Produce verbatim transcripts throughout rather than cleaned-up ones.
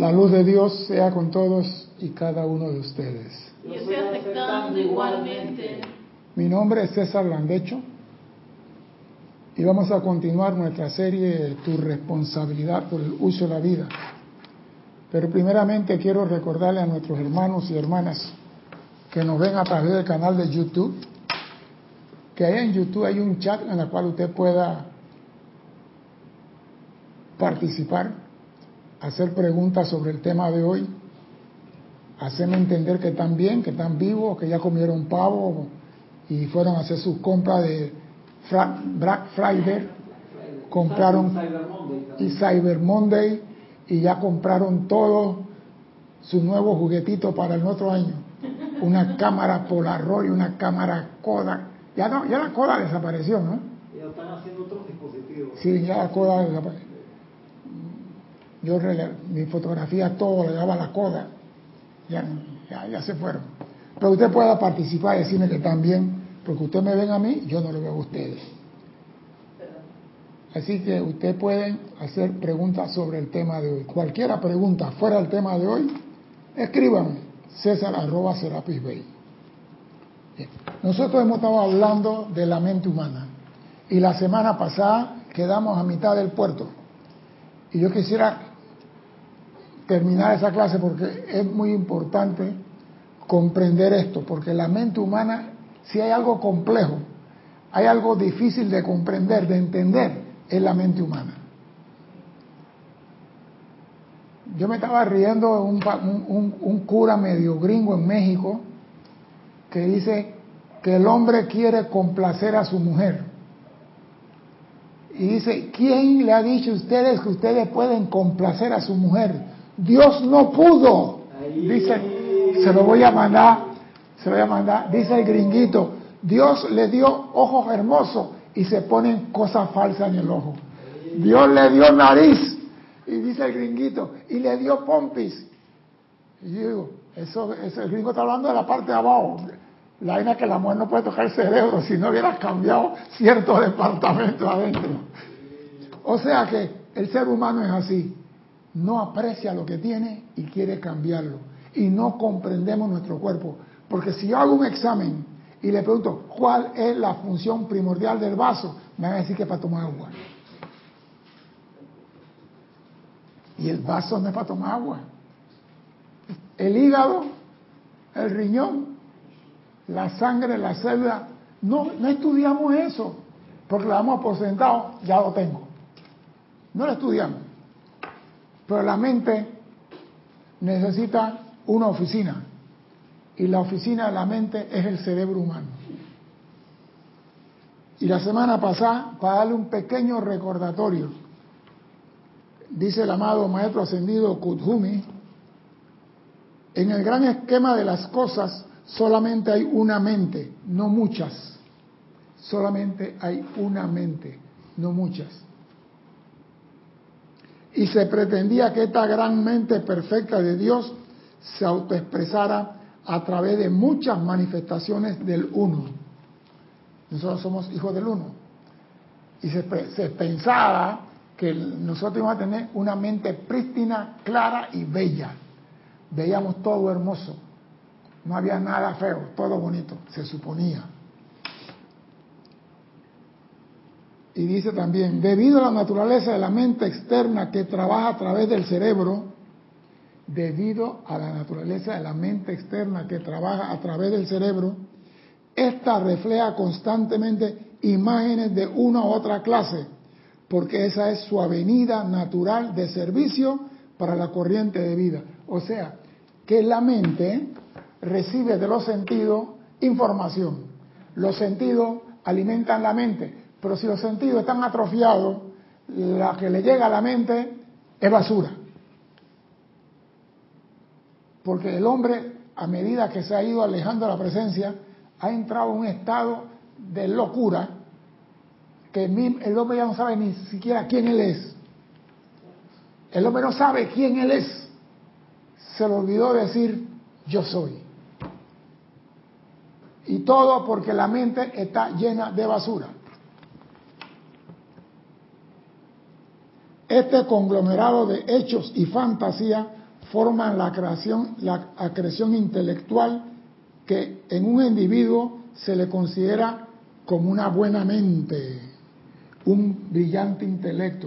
La luz de Dios sea con todos y cada uno de ustedes. Yo estoy aceptando igualmente. Mi nombre es César Landecho y vamos a continuar nuestra serie Tu responsabilidad por el uso de la vida. Pero primeramente quiero recordarle a nuestros hermanos y hermanas que nos ven a través del canal de YouTube, que ahí en YouTube hay un chat en el cual usted pueda participar, hacer preguntas sobre el tema de hoy, hacerme entender que están bien, que están vivos, que ya comieron pavo y fueron a hacer sus compras de Black Friday, compraron y Cyber Monday y ya compraron todos sus nuevos juguetitos para el otro año. Una cámara Polaroid, una cámara Kodak. Ya no, ya la Kodak desapareció, ¿no? Ya están haciendo otros dispositivos. Sí, ya la Kodak desapareció. Yo, mi fotografía todo le daba la Kodak. Ya, ya, ya se fueron. Pero usted pueda participar y decirme que están bien, porque ustedes me ven a mí, yo no lo veo a ustedes. Así que ustedes pueden hacer preguntas sobre el tema de hoy. Cualquiera pregunta fuera del tema de hoy, escríbanme. César arroba Serapis Bay. Nosotros hemos estado hablando de la mente humana y la semana pasada quedamos a mitad del puerto y yo quisiera terminar esa clase porque es muy importante comprender esto, porque la mente humana, si hay algo complejo, hay algo difícil de comprender, de entender, es la mente humana. Yo me estaba riendo de un, un, un cura medio gringo en México que dice que el hombre quiere complacer a su mujer. Y dice, ¿quién le ha dicho a ustedes que ustedes pueden complacer a su mujer? Dios no pudo. Dice, se lo voy a mandar, se lo voy a mandar, dice el gringuito, Dios le dio ojos hermosos y se ponen cosas falsas en el ojo. Dios le dio nariz. Y dice el gringuito, y le dio pompis. Y yo digo, eso, eso, el gringo está hablando de la parte de abajo. La vaina es que la mujer no puede tocar el cerebro si no hubiera cambiado ciertos departamentos adentro. O sea que el ser humano es así. No aprecia lo que tiene y quiere cambiarlo. Y no comprendemos nuestro cuerpo. Porque si yo hago un examen y le pregunto, ¿cuál es la función primordial del vaso? Me van a decir que es para tomar agua. Y el vaso no es para tomar agua. El hígado, el riñón, la sangre, la célula. No, no estudiamos eso. Porque lo damos por sentado, ya lo tengo. No lo estudiamos. Pero la mente necesita una oficina. Y la oficina de la mente es el cerebro humano. Y la semana pasada, para darle un pequeño recordatorio, dice el amado Maestro Ascendido Kuthumi, en el gran esquema de las cosas solamente hay una mente, no muchas. Solamente hay una mente, no muchas. Y se pretendía que esta gran mente perfecta de Dios se autoexpresara a través de muchas manifestaciones del Uno. Nosotros somos hijos del Uno. Y se, se pensaba que nosotros íbamos a tener una mente prístina, clara y bella. Veíamos todo hermoso. No había nada feo, todo bonito, se suponía. Y dice también, debido a la naturaleza de la mente externa que trabaja a través del cerebro, debido a la naturaleza de la mente externa que trabaja a través del cerebro, esta refleja constantemente imágenes de una u otra clase, porque esa es su avenida natural de servicio para la corriente de vida. O sea, que la mente recibe de los sentidos información. Los sentidos alimentan la mente, pero si los sentidos están atrofiados, la que le llega a la mente es basura. Porque el hombre, a medida que se ha ido alejando de la presencia, ha entrado en un estado de locura que el hombre ya no sabe ni siquiera quién él es. El hombre no sabe quién él es. Se le olvidó decir, yo soy. Y todo porque la mente está llena de basura. Este conglomerado de hechos y fantasía forman la creación, la acreción intelectual que en un individuo se le considera como una buena mente, un brillante intelecto.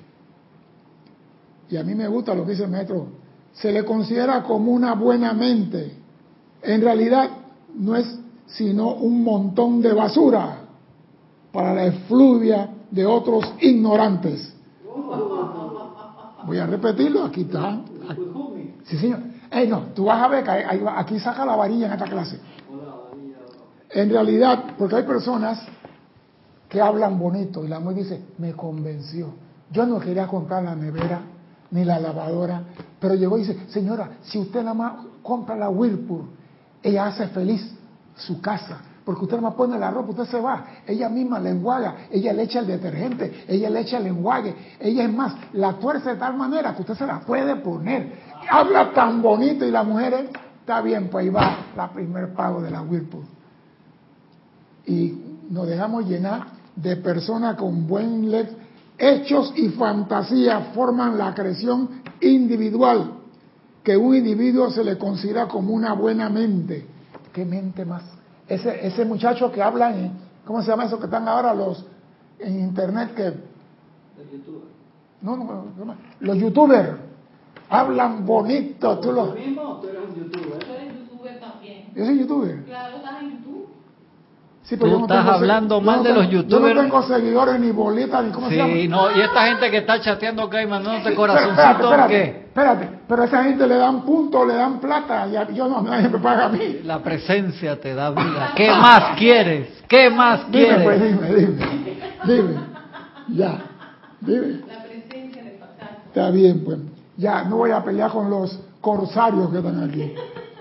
Y a mí me gusta lo que dice el maestro, se le considera como una buena mente. En realidad no es sino un montón de basura para la efluvia de otros ignorantes. Voy a repetirlo, aquí está. Sí, señor. Ey, no, tú vas a ver que ahí va, aquí saca la varilla en esta clase. En realidad, porque hay personas que hablan bonito y la mujer dice, me convenció. Yo no quería comprar la nevera ni la lavadora, pero llegó y dice, señora, si usted nada más compra la Whirlpool, ella hace feliz su casa, porque usted nada más pone la ropa, usted se va, ella misma le enjuaga, ella le echa el detergente, ella le echa el enjuague, ella es más, la tuerce de tal manera que usted se la puede poner. Habla tan bonito y la mujer, está bien, pues ahí va la primer pago de la Whirlpool. Y nos dejamos llenar de personas con buen lex. Hechos y fantasías forman la creación individual, que un individuo se le considera como una buena mente. ¿Qué mente más? Ese, ese muchacho que habla en, ¿cómo se llama eso que están ahora los en internet que? No, no, no, los youtubers hablan bonito. ¿Tú lo mismo? ¿Tú eres un youtuber? Tú eres youtuber también. ¿Yo soy youtuber? Claro, estás en YouTube. Sí, pero Tú yo no estás tengo, hablando yo mal no de tengo, los youtubers. Yo no tengo seguidores ni bolitas ni cómo Sí, se llama. no, y esta gente que está chateando acá y mandándote Pero corazoncito, espérate, espérate, ¿qué? espérate, pero a esa gente le dan puntos, le dan plata, y a- yo no, nadie me paga a mí. La presencia te da vida. ¿Qué más quieres? ¿Qué más Dime, quieres? pues, dime, dime, dime, ya, dime. La presencia del pasado. Está bien, pues, ya, no voy a pelear con los corsarios que están aquí.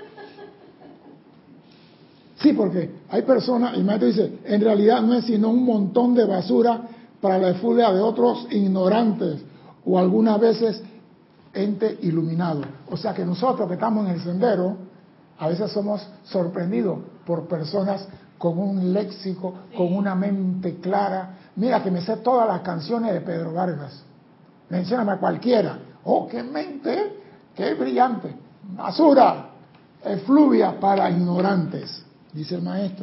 Sí, porque hay personas, y el maestro dice, en realidad no es sino un montón de basura para la efluvia de otros ignorantes o algunas veces ente iluminado. O sea que nosotros que estamos en el sendero, a veces somos sorprendidos por personas con un léxico, sí, con una mente clara. Mira que me sé todas las canciones de Pedro Vargas. Mencióname a cualquiera. Oh, qué mente, qué brillante. Basura, efluvia para ignorantes, dice el maestro.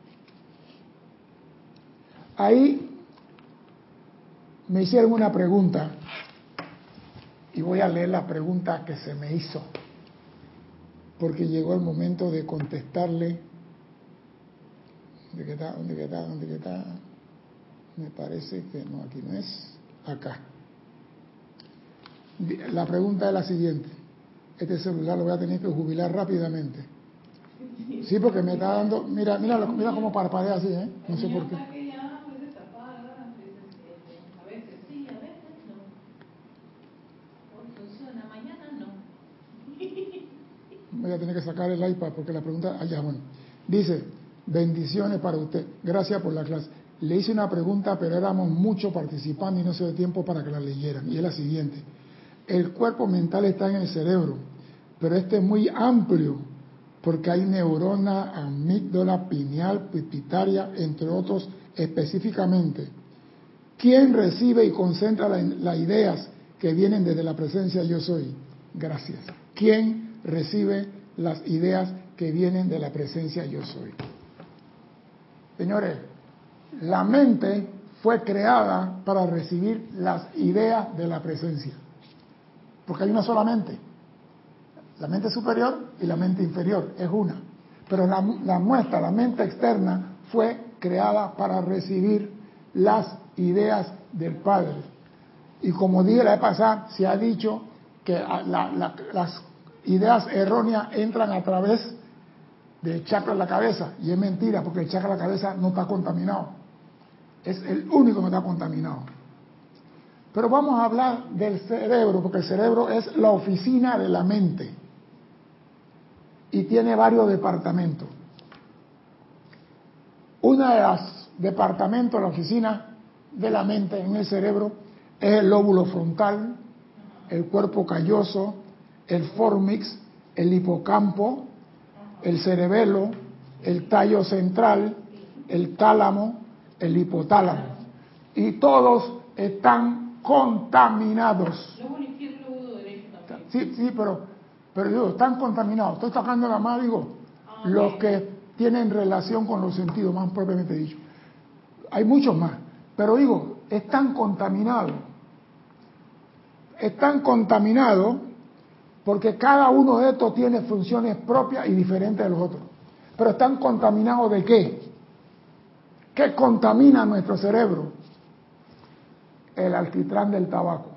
Ahí me hicieron una pregunta y voy a leer la pregunta que se me hizo, porque llegó el momento de contestarle. ¿Dónde que está? ¿Dónde que está? ¿Dónde que está? Me parece que no, aquí no es. Acá. La pregunta es la siguiente. Este celular lo voy a tener que jubilar rápidamente. Sí, porque me está dando... Mira, mira, mira cómo parpadea así, ¿eh? No sé por qué. A veces sí, a veces no. Hoy funciona, mañana no. Voy a tener que sacar el iPad porque la pregunta... Allá, bueno. Dice, bendiciones para usted. Gracias por la clase. Le hice una pregunta, pero éramos muchos participando y no se dio tiempo para que la leyeran. Y es la siguiente. El cuerpo mental está en el cerebro, pero este es muy amplio porque hay neurona, amígdala, pineal, pituitaria, entre otros específicamente. ¿Quién recibe y concentra las la ideas que vienen desde la presencia yo soy? Gracias. ¿Quién recibe las ideas que vienen de la presencia yo soy? Señores, la mente fue creada para recibir las ideas de la presencia. Porque hay una sola mente. La mente superior y la mente inferior, es una. Pero la, la nuestra, la mente externa, fue creada para recibir las ideas del Padre. Y como dije la vez pasada, se ha dicho que la, la, las ideas erróneas entran a través del chakra de la cabeza. Y es mentira, porque el chakra de la cabeza no está contaminado. Es el único que no está contaminado. Pero vamos a hablar del cerebro, porque el cerebro es la oficina de la mente y tiene varios departamentos. Uno de los departamentos de la oficina de la mente en el cerebro es el lóbulo frontal, el cuerpo calloso, el fornix, el hipocampo, el cerebelo, el tallo central, el tálamo, el hipotálamo. Y todos están contaminados. Lóbulo izquierdo y lóbulo derecho también. Sí, sí, pero Pero digo, están contaminados. Estoy tocando nada más, digo, los que tienen relación con los sentidos, más propiamente dicho. Hay muchos más. Pero digo, están contaminados. Están contaminados porque cada uno de estos tiene funciones propias y diferentes de los otros. Pero están contaminados ¿de qué? ¿Qué contamina nuestro cerebro? El alquitrán del tabaco,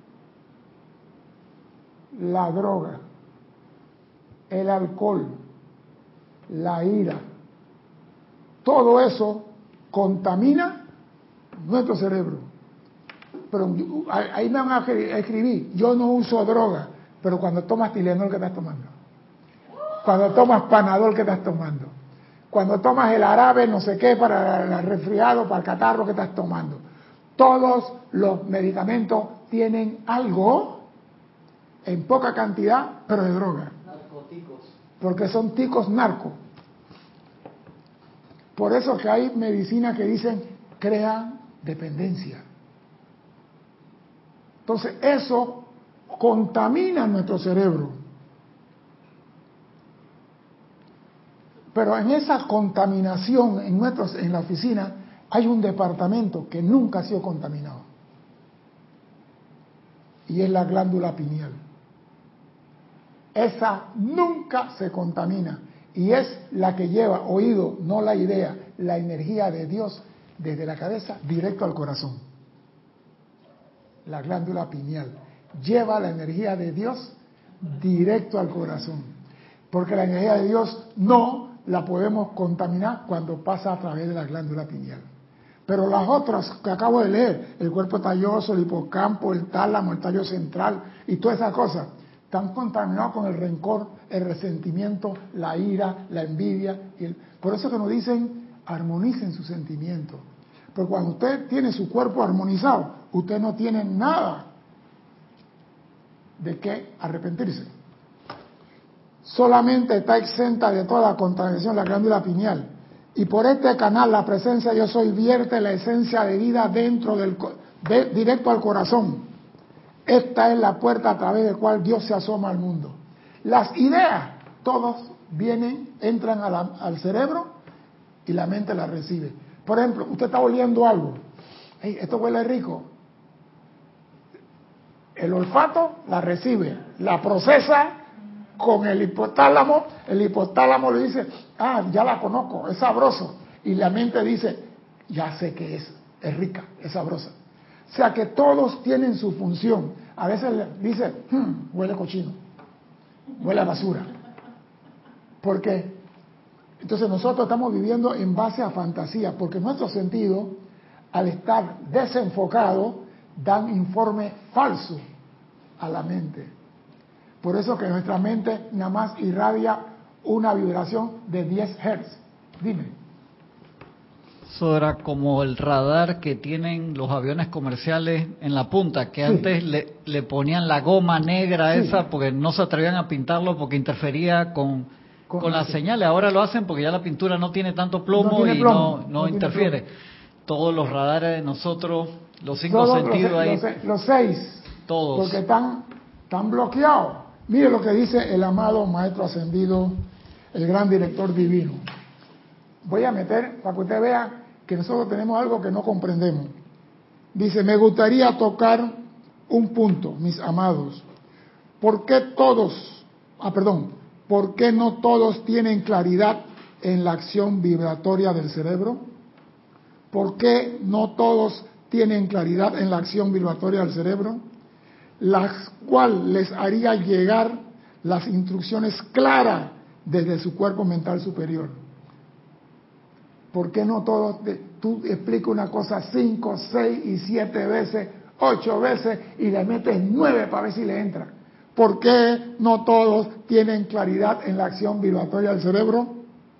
la droga, el alcohol, la ira. Todo eso contamina nuestro cerebro. Pero ahí me van a escribir, yo no uso droga, pero cuando tomas Tylenol, ¿qué estás tomando? Cuando tomas Panadol, ¿qué estás tomando? Cuando tomas el árabe, no sé qué, para el resfriado, para el catarro, ¿qué estás tomando? Todos los medicamentos tienen algo, en poca cantidad, pero de droga. Narcóticos. Porque son ticos narcos. Por eso que hay medicinas que dicen, crean dependencia. Entonces, eso contamina nuestro cerebro. Pero en esa contaminación en, nuestros, en la oficina hay un departamento que nunca ha sido contaminado. Y es la glándula pineal. Esa nunca se contamina. Y es la que lleva, oído, no la idea, la energía de Dios desde la cabeza directo al corazón. La glándula pineal lleva la energía de Dios directo al corazón. Porque la energía de Dios no la podemos contaminar cuando pasa a través de la glándula pineal. Pero las otras que acabo de leer, el cuerpo talloso, el hipocampo, el tálamo, el tallo central y todas esas cosas, están contaminados con el rencor, el resentimiento, la ira, la envidia. Y el... Por eso que nos dicen, armonicen sus sentimientos. Porque cuando usted tiene su cuerpo armonizado, usted no tiene nada de qué arrepentirse. Solamente está exenta de toda contaminación la glándula pineal. Y por este canal, la presencia yo soy vierte la esencia de vida dentro del de, directo al corazón. Esta es la puerta a través de la cual Dios se asoma al mundo. Las ideas, todos vienen, entran a la, al cerebro y la mente las recibe. Por ejemplo, usted está oliendo algo. Hey, esto huele rico. El olfato la recibe, la procesa con el hipotálamo. El hipotálamo le dice, ah, ya la conozco, es sabroso. Y la mente dice, ya sé que es, es rica, es sabrosa. O sea que todos tienen su función. A veces le dice, hmm, huele cochino, huele a basura. ¿Por qué? Entonces nosotros estamos viviendo en base a fantasía, porque nuestros sentidos, al estar desenfocados, dan informe falso a la mente. Por eso que nuestra mente nada más irradia una vibración de diez hertz. Dime. Eso era como el radar que tienen los aviones comerciales en la punta, que sí. Antes le, le ponían la goma negra sí. Esa porque no se atrevían a pintarlo porque interfería con, con, con las señales. Ahora lo hacen porque ya la pintura no tiene tanto plomo no tiene y plomo, no, no, no interfiere. Todos los radares de nosotros, los cinco todos sentidos los, ahí. Los, los seis. Todos. Porque están, están bloqueados. Mire lo que dice el amado Maestro Ascendido, el gran director divino. Voy a meter para que usted vea que nosotros tenemos algo que no comprendemos. Dice, me gustaría tocar un punto, mis amados. ¿Por qué todos, ah, perdón, por qué no todos tienen claridad en la acción vibratoria del cerebro? ¿Por qué no todos tienen claridad en la acción vibratoria del cerebro? La cual les haría llegar las instrucciones claras desde su cuerpo mental superior. ¿Por qué no todos? Tú explicas una cosa cinco, seis y siete veces, ocho veces y le metes nueve para ver si le entra. ¿Por qué no todos tienen claridad en la acción vibratoria del cerebro?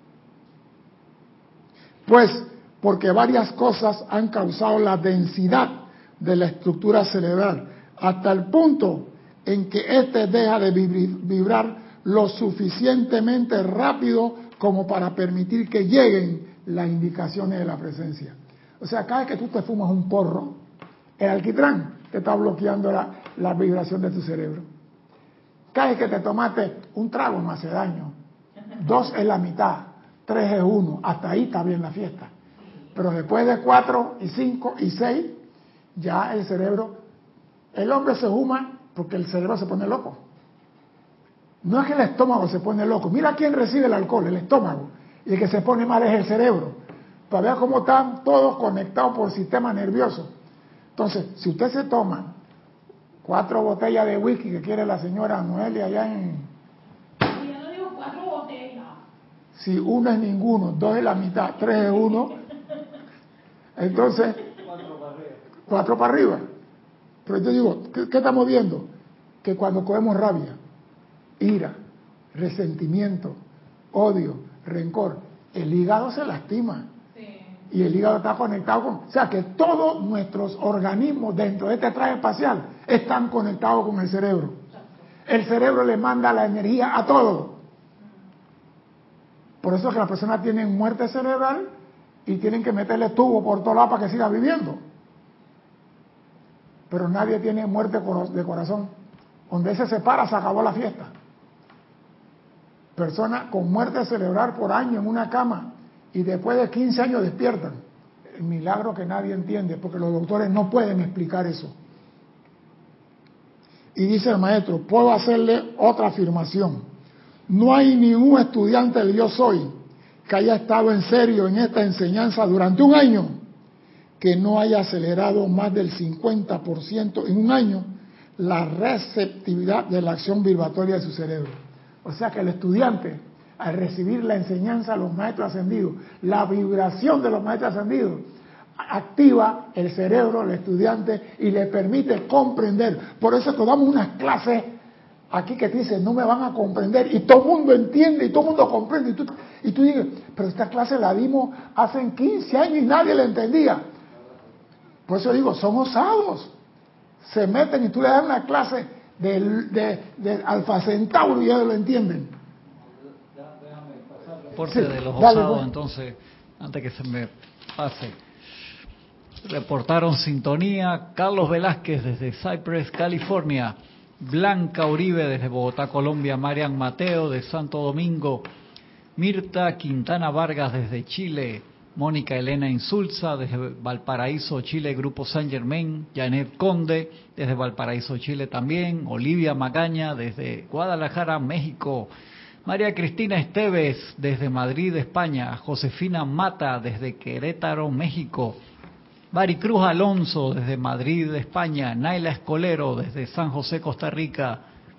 Pues porque varias cosas han causado la densidad de la estructura cerebral hasta el punto en que éste deja de vibrar lo suficientemente rápido como para permitir que lleguen las indicaciones de la presencia. O sea, cada vez que tú te fumas un porro, el alquitrán te está bloqueando la, la vibración de tu cerebro. cada vez que te tomaste un trago no hace daño. Dos es la mitad, tres es uno, hasta ahí está bien la fiesta. Pero después de cuatro y cinco y seis, ya el cerebro, el hombre se fuma porque el cerebro se pone loco. No es que el estómago se pone loco. Mira quién recibe el alcohol, el estómago. Y el que se pone mal es el cerebro. Para ver cómo están todos conectados por el sistema nervioso. Entonces, si usted se toma cuatro botellas de whisky que quiere la señora Noelia allá en... Y yo no digo cuatro botellas. Si uno es ninguno, dos es la mitad, tres es uno, entonces... Cuatro para arriba. Cuatro para arriba. Pero yo digo, ¿qué, qué estamos viendo? Que cuando cogemos rabia, ira, resentimiento, odio, rencor, el hígado se lastima. Sí. Y el hígado está conectado con... O sea que todos nuestros organismos dentro de este traje espacial están conectados con el cerebro. El cerebro le manda la energía a todo. Por eso es que las personas tienen muerte cerebral y tienen que meterle tubo por todos lados para que siga viviendo. Pero nadie tiene muerte de corazón. Donde se separa se acabó la fiesta. Personas con muerte cerebral por año en una cama y después de quince años despiertan. El milagro que nadie entiende porque los doctores no pueden explicar eso. Y dice el maestro, puedo hacerle otra afirmación. No hay ningún estudiante del Yo Soy que haya estado en serio en esta enseñanza durante un año que no haya acelerado más del cincuenta por ciento en un año la receptividad de la acción vibratoria de su cerebro. O sea que el estudiante, al recibir la enseñanza de los maestros ascendidos, la vibración de los maestros ascendidos, activa el cerebro del estudiante y le permite comprender. Por eso que damos unas clases aquí que te dicen, no me van a comprender, y todo el mundo entiende, y todo el mundo comprende, y tú, y tú dices, pero esta clase la dimos hace quince años y nadie la entendía. Por eso digo, son osados. Se meten y tú le das una clase de, de, de Alfa Centauro y ya lo entienden. Déjame pasar el reporte Sí, de los dale, osados, pues. entonces, antes que se me pase. Reportaron sintonía Carlos Velázquez desde Cypress, California, Blanca Uribe desde Bogotá, Colombia, Marian Mateo de Santo Domingo, Mirta Quintana Vargas desde Chile, Mónica Elena Insulza desde Valparaíso, Chile, Grupo San Germain, Janet Conde desde Valparaíso, Chile también, Olivia Magaña desde Guadalajara, México, María Cristina Esteves desde Madrid, España, Josefina Mata desde Querétaro, México, Maricruz Alonso desde Madrid, España, Naila Escolero desde San José, Costa Rica.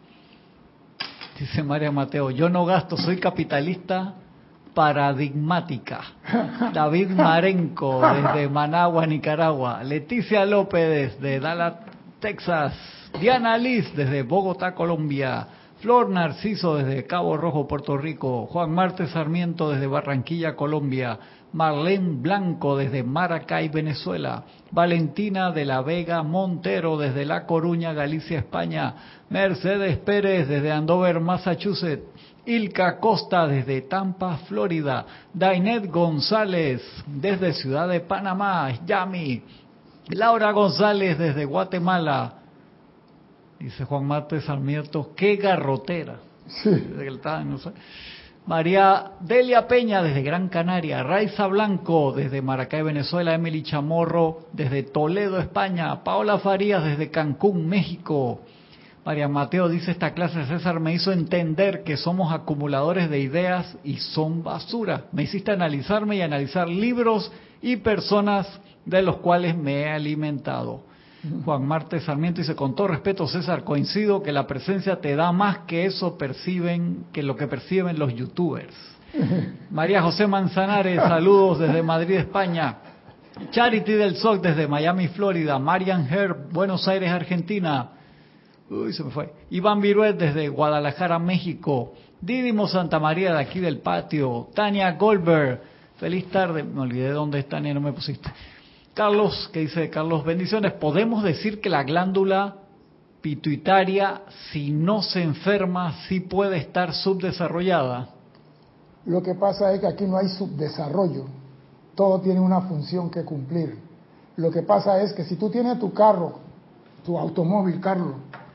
Dice María Mateo, yo no gasto, soy capitalista paradigmática. David Marenco desde Managua, Nicaragua. Leticia López desde Dallas, Texas. Diana Liz desde Bogotá, Colombia. Flor Narciso desde Cabo Rojo, Puerto Rico. Juan Marte Sarmiento desde Barranquilla, Colombia. Marlene Blanco desde Maracay, Venezuela. Valentina de la Vega Montero desde La Coruña, Galicia, España. Mercedes Pérez desde Andover, Massachusetts. Ilka Costa desde Tampa, Florida. Dainet González desde Ciudad de Panamá, Yami. Laura González desde Guatemala. Dice Juan Marte Sarmiento, qué garrotera. Sí. Desde que él estaba, no sé. María Delia Peña desde Gran Canaria, Raiza Blanco desde Maracay, Venezuela, Emily Chamorro desde Toledo, España, Paola Farías desde Cancún, México. María Mateo dice, esta clase, César, me hizo entender que somos acumuladores de ideas y son basura. Me hiciste analizarme y analizar libros y personas de los cuales me he alimentado. Juan Marte Sarmiento dice, con todo respeto, César, coincido que la presencia te da más que eso perciben, que lo que perciben los youtubers. María José Manzanares, saludos desde Madrid, España. Charity del S O C desde Miami, Florida. Marian Herb, Buenos Aires, Argentina. Uy, se me fue. Iván Viruet desde Guadalajara, México. Didimo Santa María de aquí del patio. Tania Goldberg, feliz tarde. Me olvidé dónde es Tania, no me pusiste. Carlos, que dice Carlos, bendiciones. ¿Podemos decir que la glándula pituitaria, si no se enferma, sí puede estar subdesarrollada? Lo que pasa es que aquí no hay subdesarrollo. Todo tiene una función que cumplir. Lo que pasa es que si tú tienes tu carro, tu automóvil, Carlos,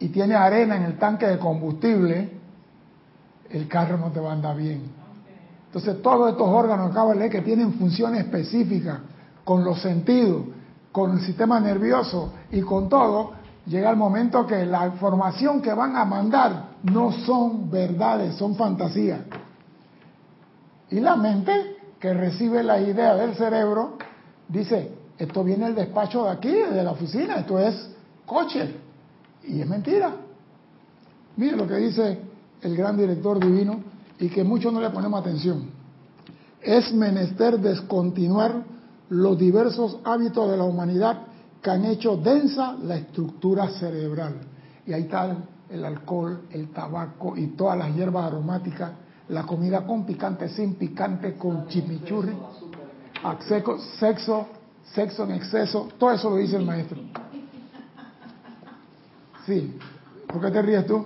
y tiene arena en el tanque de combustible, el carro no te va a andar bien. Entonces todos estos órganos, acabo de leer, que tienen funciones específicas con los sentidos, con el sistema nervioso y con todo, llega el momento que la información que van a mandar no son verdades, son fantasías. Y la mente, que recibe la idea del cerebro, dice, esto viene del despacho de aquí, de la oficina, esto es coche. Y es mentira. Mire lo que dice el gran director divino y que muchos no le ponemos atención. Es menester descontinuar los diversos hábitos de la humanidad que han hecho densa la estructura cerebral. Y ahí está el, el alcohol, el tabaco y todas las hierbas aromáticas, la comida con picante, sin picante, con chimichurri, sexo, sexo, sexo en exceso, todo eso lo dice el maestro. Sí. ¿Por qué te ríes tú?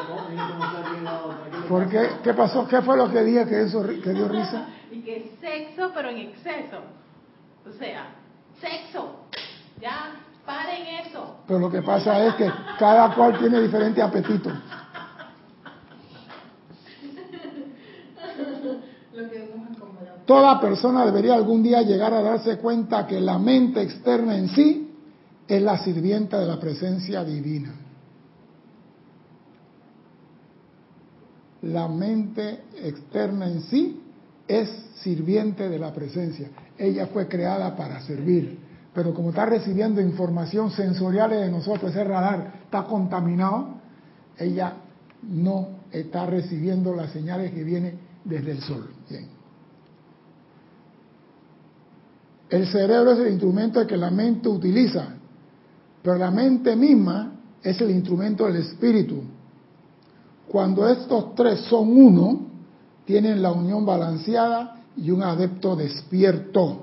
¿Por qué? ¿Qué pasó? ¿Qué fue lo que dije que, eso, que dio risa? Y que sexo, pero en exceso. O sea, sexo. Ya, paren eso. Pero lo que pasa es que cada cual tiene diferente apetito. Toda persona debería algún día llegar a darse cuenta que la mente externa en sí es la sirvienta de la presencia divina. La mente externa en sí es sirviente de la presencia. Ella fue creada para servir, pero como está recibiendo información sensorial de nosotros, ese radar está contaminado, ella no está recibiendo las señales que vienen desde el sol. Bien. El cerebro es el instrumento que la mente utiliza, pero la mente misma es el instrumento del espíritu. Cuando estos tres son uno, tienen la unión balanceada y un adepto despierto.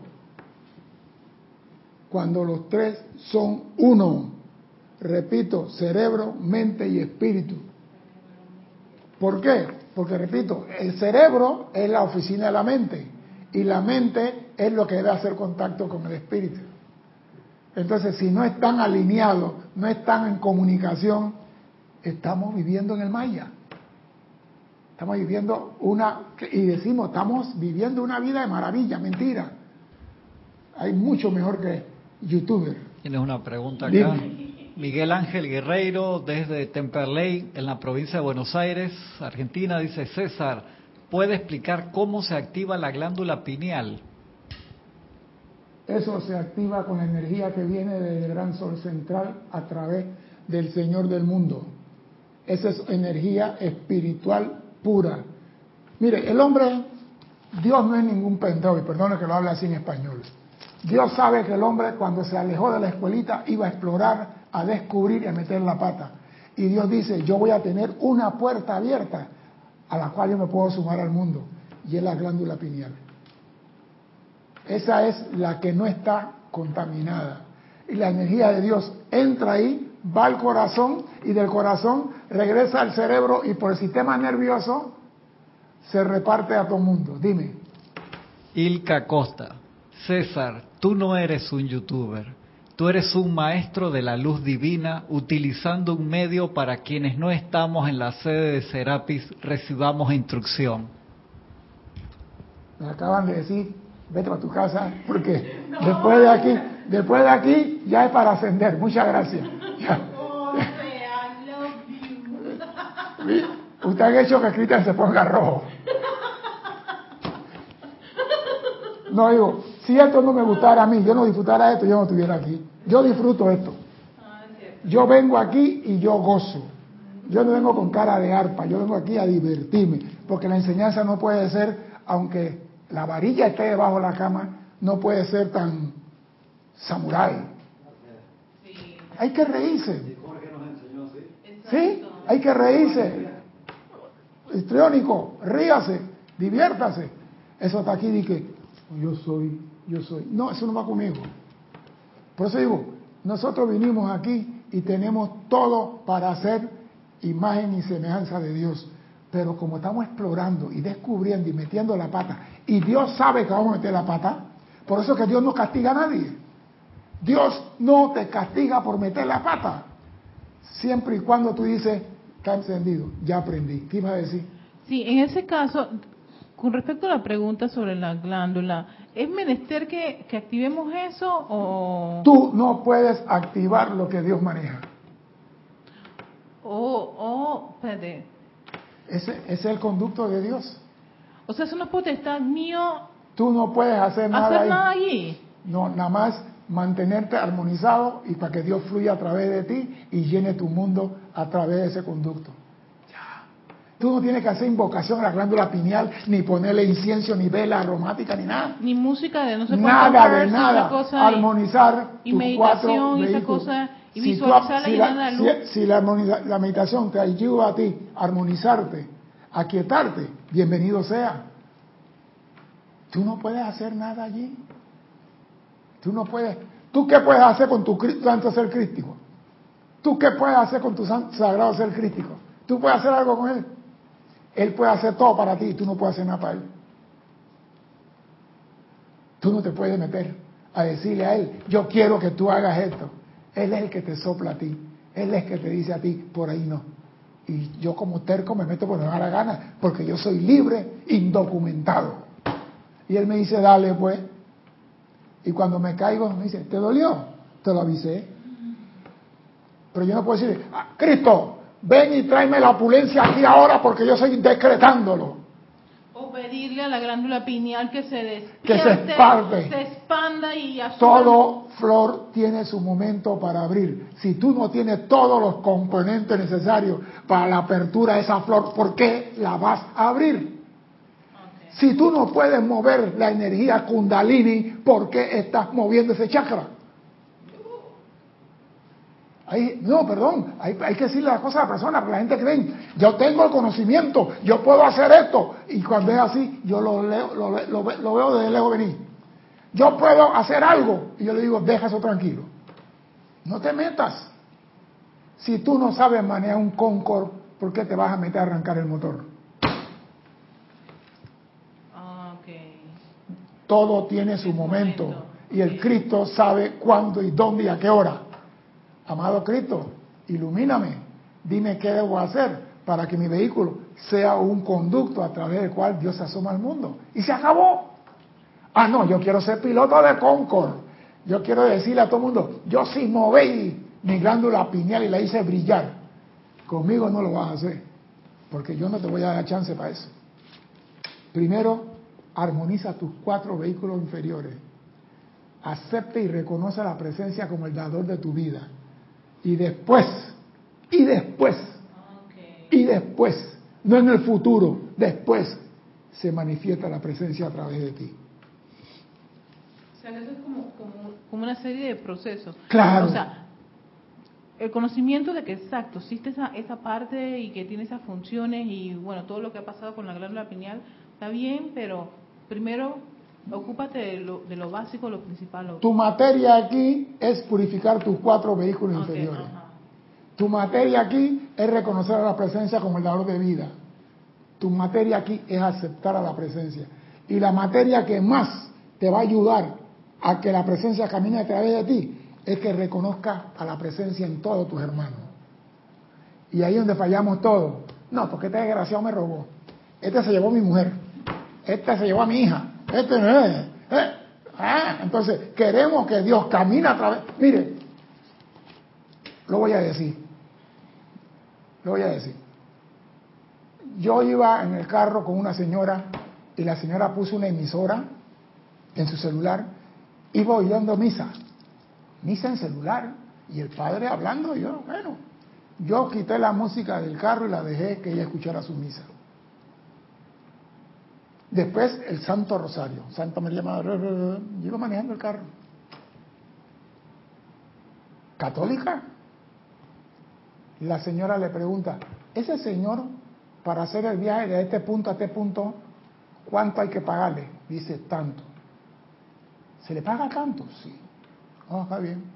Cuando los tres son uno, repito, cerebro, mente y espíritu. ¿Por qué? Porque, repito, el cerebro es la oficina de la mente y la mente es lo que debe hacer contacto con el espíritu. Entonces, si no están alineados, no están en comunicación, estamos viviendo en el Maya. Estamos viviendo una, y decimos, estamos viviendo una vida de maravilla, mentira. Hay mucho mejor que youtuber. Tienes una pregunta acá. Dime. Miguel Ángel Guerreiro, desde Temperley, en la provincia de Buenos Aires, Argentina, dice: César, ¿puede explicar cómo se activa la glándula pineal? Eso se activa con la energía que viene del gran sol central a través del Señor del mundo. Esa es energía espiritual pura. Mire, el hombre, Dios no es ningún pendejo, y perdone que lo hable así en español. Dios sabe que el hombre, cuando se alejó de la escuelita, iba a explorar, a descubrir y a meter la pata. Y Dios dice, yo voy a tener una puerta abierta a la cual yo me puedo sumar al mundo, y es la glándula pineal. Esa es la que no está contaminada. Y la energía de Dios entra ahí, va al corazón, y del corazón regresa al cerebro, y por el sistema nervioso se reparte a todo el mundo. Dime. Ilka Costa: César, tú no eres un youtuber, tú eres un maestro de la luz divina, utilizando un medio para quienes no estamos en la sede de Serapis recibamos instrucción. Me acaban de decir, vete a tu casa, porque no. después de aquí, después de aquí ya es para ascender. Muchas gracias. Oh, I love you. Usted ha hecho que Cristian se ponga rojo. No, digo, si esto no me gustara a mí, yo no disfrutara esto, yo no estuviera aquí. Yo disfruto esto. Yo vengo aquí y yo gozo. Yo no vengo con cara de arpa, yo vengo aquí a divertirme, porque la enseñanza no puede ser, aunque la varilla esté debajo de la cama, no puede ser tan samurái. Sí. Hay que reírse. ¿Sí? Hay que reírse. Histriónico, ríase, diviértase. Eso está aquí, dije, yo soy, yo soy. No, eso no va conmigo. Por eso digo, nosotros vinimos aquí y tenemos todo para hacer imagen y semejanza de Dios. Pero como estamos explorando y descubriendo y metiendo la pata, y Dios sabe que vamos a meter la pata, por eso es que Dios no castiga a nadie. Dios no te castiga por meter la pata. siempre y cuando tú dices, está encendido, ya aprendí. ¿Qué ibas a decir? Sí, en ese caso, con respecto a la pregunta sobre la glándula, ¿es menester que, que activemos eso o...? Tú no puedes activar lo que Dios maneja. O, o, espérate. Ese, ese es el conducto de Dios. O sea, es una potestad mío Tú no puedes hacer nada hacer ahí. nada allí. No, nada más mantenerte armonizado y para que Dios fluya a través de ti y llene tu mundo a través de ese conducto. Ya. Tú no tienes que hacer invocación a la glándula pineal, ni ponerle incienso, ni vela aromática, ni nada. Ni música de no sé Nada cuántos de hertz, esa nada. cosa, Armonizar y tus cuatro meditación, y esa vehículos. cosa, y Si, tú- visualizar la si, llenada la, de luz. si, si la, armoniza- la meditación te ayuda a ti a armonizarte, a quietarte, bienvenido sea. Tú no puedes hacer nada allí. Tú no puedes. ¿Tú qué puedes hacer con tu cri- santo ser crístico? ¿Tú qué puedes hacer con tu san- sagrado ser crístico? ¿Tú puedes hacer algo con él? Él puede hacer todo para ti, tú no puedes hacer nada para él. Tú no te puedes meter a decirle a él, yo quiero que tú hagas esto. Él es el que te sopla a ti. Él es el que te dice a ti, por ahí no. Y yo como terco me meto por me da la gana, porque yo soy libre, indocumentado. Y él me dice, dale pues. Y cuando me caigo, me dice, ¿te dolió? Te lo avisé. Pero yo no puedo decirle, ah, Cristo, ven y tráeme la opulencia aquí ahora porque yo estoy decretándolo. O pedirle a la glándula pineal que se despierte, Que se expande. se expanda y asuma. Todo flor tiene su momento para abrir. Si tú no tienes todos los componentes necesarios para la apertura de esa flor, ¿por qué la vas a abrir? Si tú no puedes mover la energía Kundalini, ¿por qué estás moviendo ese chakra? Hay, no, perdón, hay, hay que decirle las cosas a la persona, porque la gente cree, yo tengo el conocimiento, yo puedo hacer esto, y cuando es así, yo lo, leo, lo, lo, lo veo desde lejos venir. Yo puedo hacer algo, y yo le digo, deja eso tranquilo. No te metas. Si tú no sabes manejar un Concorde, ¿por qué te vas a meter a arrancar el motor? Todo tiene su momento, momento y el Cristo sabe cuándo y dónde y a qué hora. Amado Cristo, ilumíname, dime qué debo hacer para que mi vehículo sea un conducto a través del cual Dios se asoma al mundo. Y se acabó. Ah, no, yo quiero ser piloto de Concorde. Yo quiero decirle a todo el mundo, yo sí moví mi glándula pineal y la hice brillar. Conmigo no lo vas a hacer, porque yo no te voy a dar chance para eso. Primero, armoniza tus cuatro vehículos inferiores. Acepta y reconoce la presencia como el dador de tu vida. Y después, y después, okay. y después, no en el futuro, después se manifiesta la presencia a través de ti. O sea, eso es como, como, como una serie de procesos. Claro. O sea, el conocimiento de que exacto, existe esa, esa parte y que tiene esas funciones y bueno, todo lo que ha pasado con la glándula pineal está bien, pero primero ocúpate de lo, de lo básico, lo principal. Lo... Tu materia aquí es purificar tus cuatro vehículos okay, inferiores. Ajá. Tu materia aquí es reconocer a la presencia como el dador de vida. Tu materia aquí es aceptar a la presencia. Y la materia que más te va a ayudar a que la presencia camine a través de ti es que reconozcas a la presencia en todos tus hermanos. Y ahí es donde fallamos todos. No, porque este desgraciado me robó. Este se llevó a mi mujer. Este se llevó a mi hija. Este no es. Eh, ah, entonces, queremos que Dios camine a través. Mire, lo voy a decir. Lo voy a decir. Yo iba en el carro con una señora y la señora puso una emisora en su celular. Iba oyendo misa. Misa en celular. Y el padre hablando. Y yo, bueno, yo quité la música del carro y la dejé que ella escuchara su misa. Después el Santo Rosario, Santa María Madre, yo iba manejando el carro. ¿Católica? La señora le pregunta, ese señor, para hacer el viaje de este punto a este punto, ¿cuánto hay que pagarle? Dice, tanto. ¿Se le paga tanto? Sí. Oh, está bien.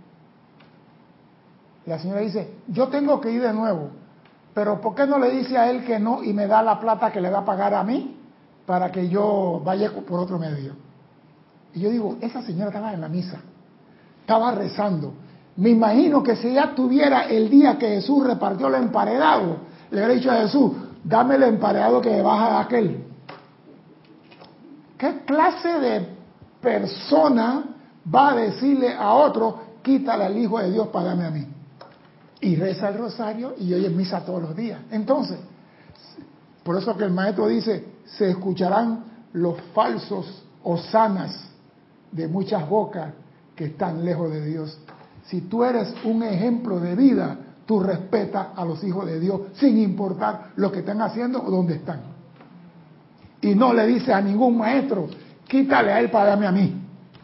La señora dice, yo tengo que ir de nuevo, pero ¿por qué no le dice a él que no y me da la plata que le va a pagar a mí? Para que yo vaya por otro medio. Y yo digo, esa señora estaba en la misa, estaba rezando, Me imagino que si ella tuviera el día que Jesús repartió el emparedado, le hubiera dicho a Jesús, dame el emparedado que me baja de aquel. ¿Qué clase de persona va a decirle a otro, quítale al Hijo de Dios para darme a mí? Y reza el rosario y oye misa todos los días. Entonces, por eso que el maestro dice, se escucharán los falsos hosanas de muchas bocas que están lejos de Dios. Si tú eres un ejemplo de vida, tú respetas a los hijos de Dios sin importar lo que están haciendo o dónde están. Y no le dices a ningún maestro, quítale a él para darme a mí.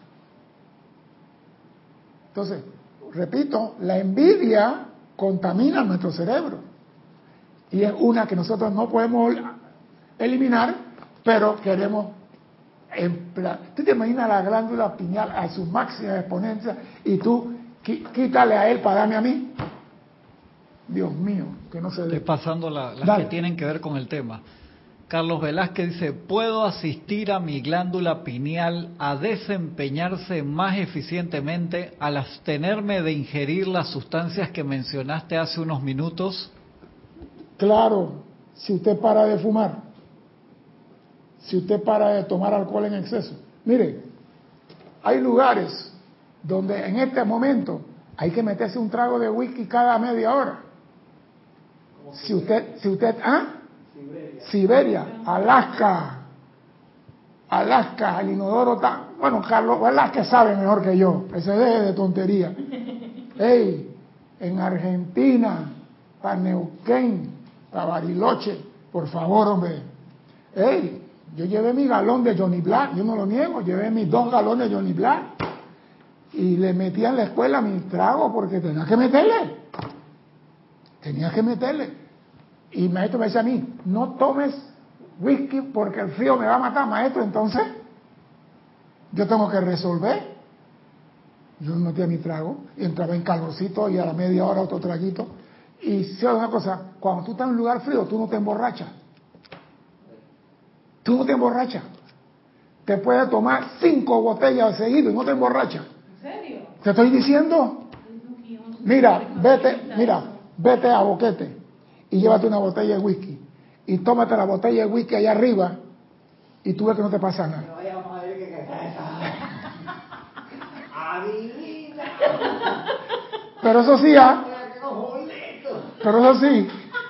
Entonces, repito, la envidia contamina nuestro cerebro. Y es una que nosotros no podemos eliminar, pero queremos emplear. ¿Tú te imaginas la glándula pineal a su máxima exponencia y tú quítale a él para darme a mí? Dios mío, que no se dé. Estoy pasando la, las Dale. que tienen que ver con el tema. Carlos Velázquez dice, ¿puedo asistir a mi glándula pineal a desempeñarse más eficientemente al abstenerme de ingerir las sustancias que mencionaste hace unos minutos? Claro, si usted para de fumar, si usted para de tomar alcohol en exceso. Mire, hay lugares donde en este momento hay que meterse un trago de whisky cada media hora. Si usted, si usted, ¿ah? Siberia, Siberia, Alaska, Alaska, el inodoro está, bueno, Carlos Velázquez sabe mejor que yo, ese deje de tontería. Ey, en Argentina, para Neuquén, para Bariloche, por favor, hombre. Ey, yo llevé mi galón de Johnny Black, yo no lo niego, llevé mis dos galones de Johnny Black y le metí en la escuela mi trago porque tenía que meterle, tenía que meterle. Y maestro me decía a mí, no tomes whisky porque el frío me va a matar, maestro. Entonces, yo tengo que resolver. Yo me metía mi trago, y entraba en calorcito y a la media hora otro traguito. Y si una cosa, cuando tú estás en un lugar frío, tú no te emborrachas. Tú no te emborrachas. Te puedes tomar cinco botellas seguido y no te emborrachas. ¿En serio? Te estoy diciendo. Mira, vete, mira, vete a Boquete y llévate una botella de whisky y tómate la botella de whisky allá arriba y tú ves que no te pasa nada. Pero eso sí, ¿ah? Pero eso sí,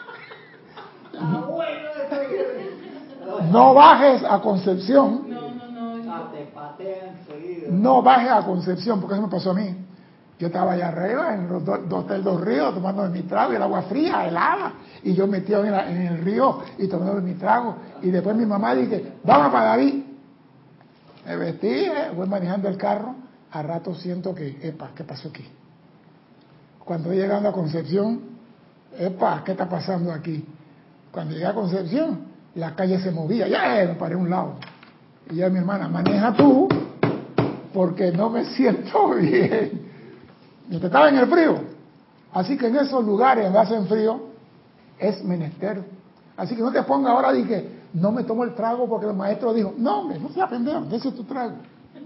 no bajes a Concepción. No, no, no. yo- No bajes a Concepción, porque eso me pasó a mí. Yo estaba allá arriba en el do- Hotel Dos Ríos tomando mi trago y el agua fría, helada, y yo metido en, la- en el río y tomando mi trago. Y después mi mamá dice, vamos para David. Me vestí, eh, voy manejando el carro, a rato siento que, epa, ¿qué pasó aquí? Cuando voy llegando a Concepción, epa, ¿qué está pasando aquí? Cuando llegué a Concepción, la calle se movía, ya eh, me paré a un lado. Y ya mi hermana, maneja tú, porque no me siento bien. Y te estaba en el frío. Así que en esos lugares donde hacen frío, es menester. Así que no te pongas ahora de que no me tomo el trago porque el maestro dijo, no, hombre, no seas pendejo, ese es tu trago.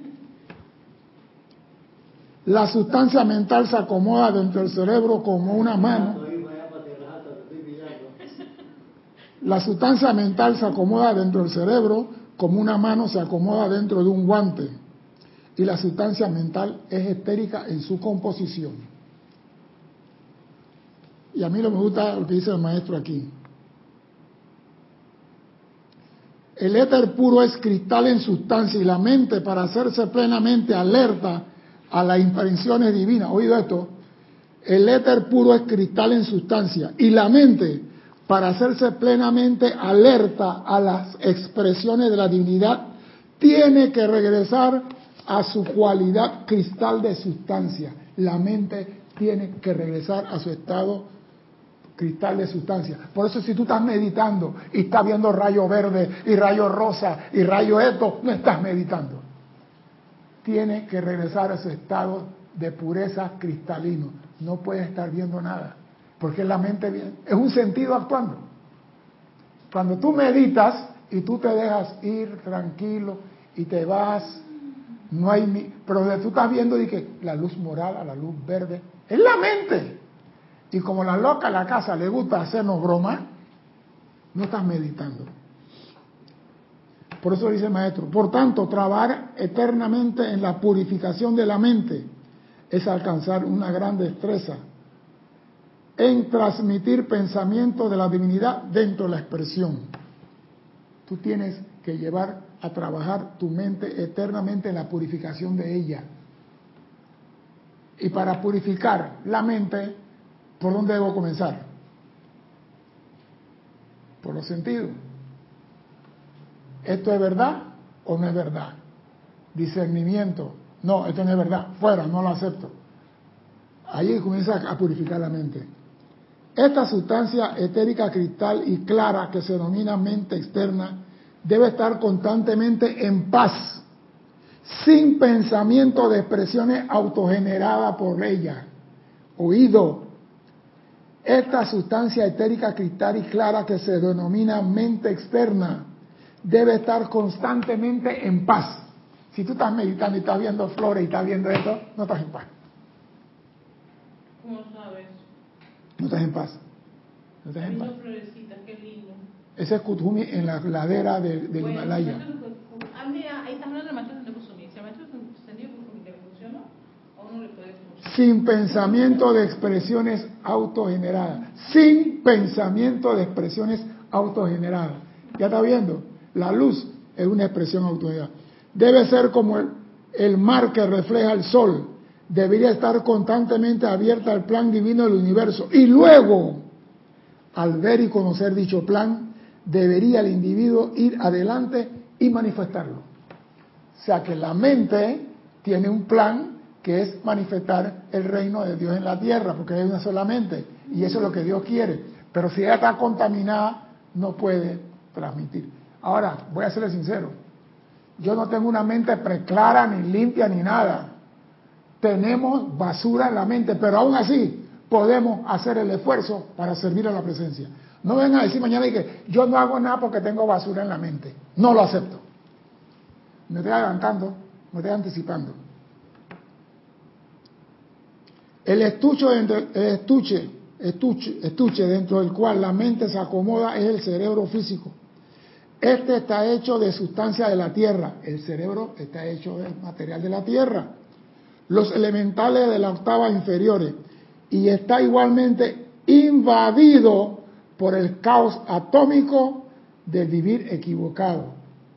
La sustancia mental se acomoda dentro del cerebro como una mano. La sustancia mental se acomoda dentro del cerebro como una mano se acomoda dentro de un guante. Y la sustancia mental es etérica en su composición. Y a mí no me gusta lo que dice el maestro aquí. El éter puro es cristal en sustancia y la mente, para hacerse plenamente alerta a las impresiones divinas. ¿Oído esto? El éter puro es cristal en sustancia y la mente, para hacerse plenamente alerta a las expresiones de la divinidad, tiene que regresar a su cualidad cristal de sustancia. La mente tiene que regresar a su estado cristal de sustancia. Por eso si tú estás meditando y estás viendo rayo verde y rayo rosa y rayo esto, no estás meditando. Tiene que regresar a su estado de pureza cristalino. No puedes estar viendo nada, porque la mente es un sentido actuando. Cuando tú meditas y tú te dejas ir tranquilo y te vas, no hay ni, pero tú estás viendo y que la luz morada, la luz verde, Es la mente. Y como la loca en la casa le gusta hacernos broma, no estás meditando. Por eso dice el maestro, por tanto, trabajar eternamente en la purificación de la mente es alcanzar una gran destreza en transmitir pensamientos de la divinidad dentro de la expresión. Tú tienes que llevar a trabajar tu mente eternamente en la purificación de ella. Y para purificar la mente, ¿por dónde debo comenzar? Por los sentidos. ¿Esto es verdad o no es verdad? Discernimiento. No, esto no es verdad. Fuera, no lo acepto. Ahí comienza a purificar la mente. Esta sustancia etérica cristal y clara que se denomina mente externa debe estar constantemente en paz, sin pensamiento de expresiones autogeneradas por ella. Oído. Esta sustancia etérica cristal y clara que se denomina mente externa debe estar constantemente en paz. Si tú estás meditando y estás viendo flores y estás viendo esto, no estás en paz. ¿Cómo sabes? No estás en paz. No estás en paz. Florecitas, qué lindo. Ese es Kuthumi en la ladera de, del Bueno, Himalaya. Ah, mira, ahí está hablando del maestro de Kusumi. Si el maestro de Kusumi le funcionó, o no le puede funcionar. Sin pensamiento de expresiones autogeneradas. Sin pensamiento de expresiones autogeneradas. ¿Ya está viendo? La luz es una expresión autogenerada. Debe ser como el, el mar que refleja el sol. Debería estar constantemente abierta al plan divino del universo. Y luego, al ver y conocer dicho plan, debería el individuo ir adelante y manifestarlo. O sea que la mente tiene un plan que es manifestar el reino de Dios en la tierra, porque hay una sola mente, y eso es lo que Dios quiere. Pero si ella está contaminada, no puede transmitir. Ahora, voy a serle sincero, yo no tengo una mente preclara, ni limpia, ni nada. Tenemos basura en la mente, pero aún así podemos hacer el esfuerzo para servir a la presencia. No vengan a decir mañana y que yo no hago nada porque tengo basura en la mente. No lo acepto. Me estoy adelantando, me estoy anticipando. El estuche, el estuche, estuche, estuche dentro del cual la mente se acomoda es el cerebro físico. Este está hecho de sustancia de la tierra. El cerebro está hecho de material de la tierra. Los elementales de la octava inferiores. Y está igualmente invadido por el caos atómico del vivir equivocado.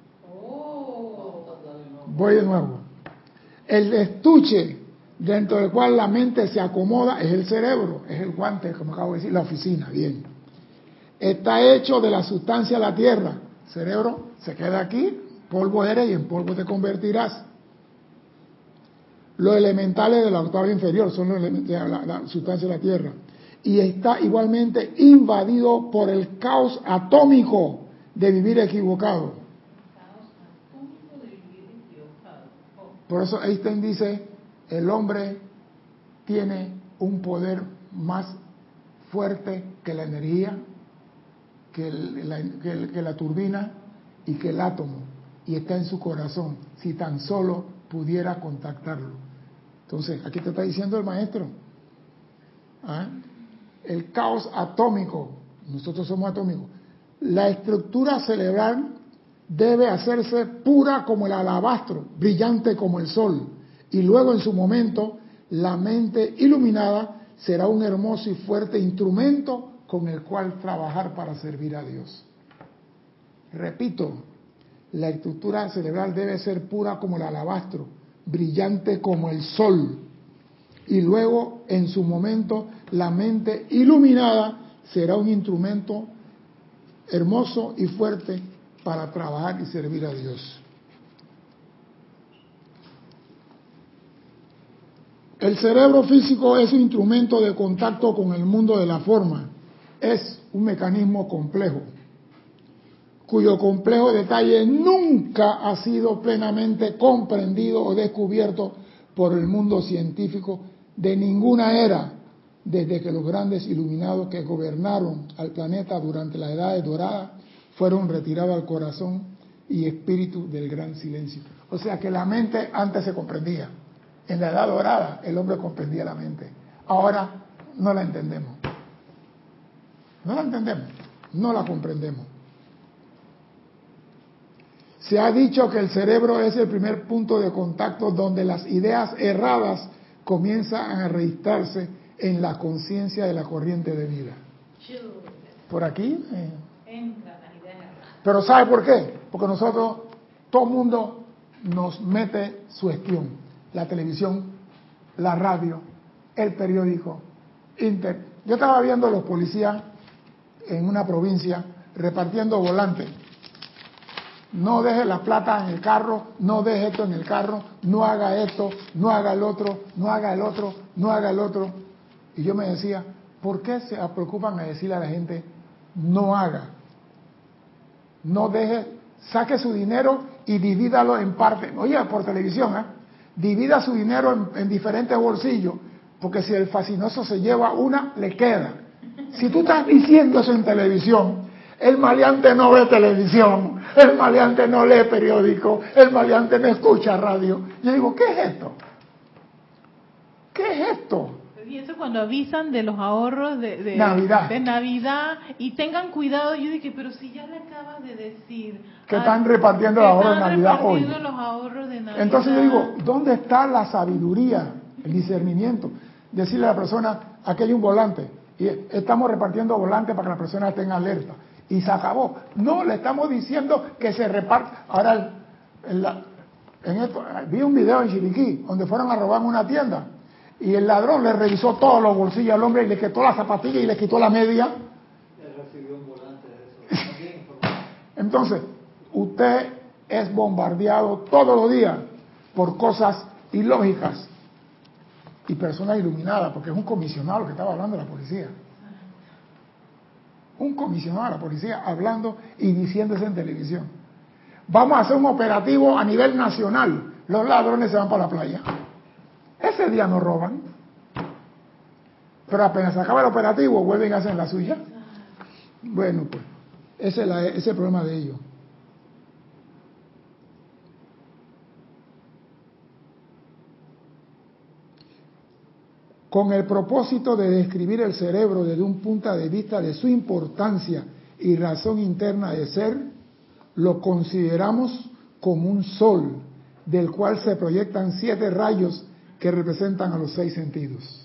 Voy de nuevo. El estuche dentro del cual la mente se acomoda es el cerebro, es el guante, como acabo de decir, la oficina, bien. Está hecho de la sustancia de la tierra. Cerebro se queda aquí, polvo eres y en polvo te convertirás. Los elementales de la octava inferior son los elementos de la, la sustancia de la tierra. Y está igualmente invadido por el caos atómico de vivir equivocado. Caos atómico de vivir equivocado. Oh. Por eso Einstein dice, el hombre tiene un poder más fuerte que la energía, que, el, la, que, el, que la turbina y que el átomo. Y está en su corazón, si tan solo pudiera contactarlo. Entonces, aquí te está diciendo el maestro, ¿ah? El caos atómico, nosotros somos atómicos, la estructura cerebral debe hacerse pura como el alabastro, brillante como el sol, y luego en su momento la mente iluminada será un hermoso y fuerte instrumento con el cual trabajar para servir a Dios. Repito, la estructura cerebral debe ser pura como el alabastro, brillante como el sol, y luego en su momento la mente iluminada será un instrumento hermoso y fuerte para trabajar y servir a Dios. El cerebro físico es un instrumento de contacto con el mundo de la forma, es un mecanismo complejo, cuyo complejo detalle nunca ha sido plenamente comprendido o descubierto por el mundo científico de ninguna era, desde que los grandes iluminados que gobernaron al planeta durante la Edad Dorada fueron retirados al corazón y espíritu del gran silencio. O sea que la mente antes se comprendía. En la Edad Dorada el hombre comprendía la mente. ahora no la entendemos. No la entendemos, no la comprendemos. Se ha dicho que el cerebro es el primer punto de contacto donde las ideas erradas comienzan a registrarse en la conciencia de la corriente de vida. Por aquí. Eh. Pero ¿sabe por qué? Porque nosotros, todo el mundo nos mete sugestión. La televisión, la radio, el periódico, Inter. Yo estaba viendo a los policías en una provincia repartiendo volantes. No deje la plata en el carro, no deje esto en el carro, no haga esto, no haga el otro, no haga el otro, no haga el otro. Y yo me decía, ¿por qué se preocupan a decirle a la gente, no haga? No deje, saque su dinero y divídalo en parte. Oye, por televisión, ¿eh? Divida su dinero en, en diferentes bolsillos, porque si el fascinoso se lleva una, le queda. Si tú estás diciendo eso en televisión, el maleante no ve televisión, el maleante no lee periódico, el maleante no escucha radio. Yo digo, ¿qué es esto? ¿Qué es esto? Y eso cuando avisan de los ahorros de, de, Navidad. de Navidad y tengan cuidado, yo dije, pero si ya le acabas de decir que están repartiendo los ahorros de Navidad hoy. Los ahorros de Navidad. Entonces yo digo, ¿dónde está la sabiduría, el discernimiento? Decirle a la persona, aquí hay un volante y estamos repartiendo volantes para que la persona esté en alerta. Y se acabó. No, le estamos diciendo que se reparte. Ahora, en la, en esto, vi un video en Chiriquí donde fueron a robar una tienda y el ladrón le revisó todos los bolsillos al hombre y le quitó la zapatilla y le quitó la media. Él recibió un volante de eso. También Entonces, usted es bombardeado todos los días por cosas ilógicas y personas iluminadas, porque es un comisionado lo que estaba hablando de la policía. Un comisionado de la policía hablando y diciéndose en televisión. Vamos a hacer un operativo a nivel nacional. Los ladrones se van para la playa. Ese día no roban. Pero apenas se acaba el operativo, vuelven y hacen la suya. Bueno, pues, ese es, la, ese es el problema de ellos. Con el propósito de describir el cerebro desde un punto de vista de su importancia y razón interna de ser, lo consideramos como un sol, del cual se proyectan siete rayos que representan a los seis sentidos.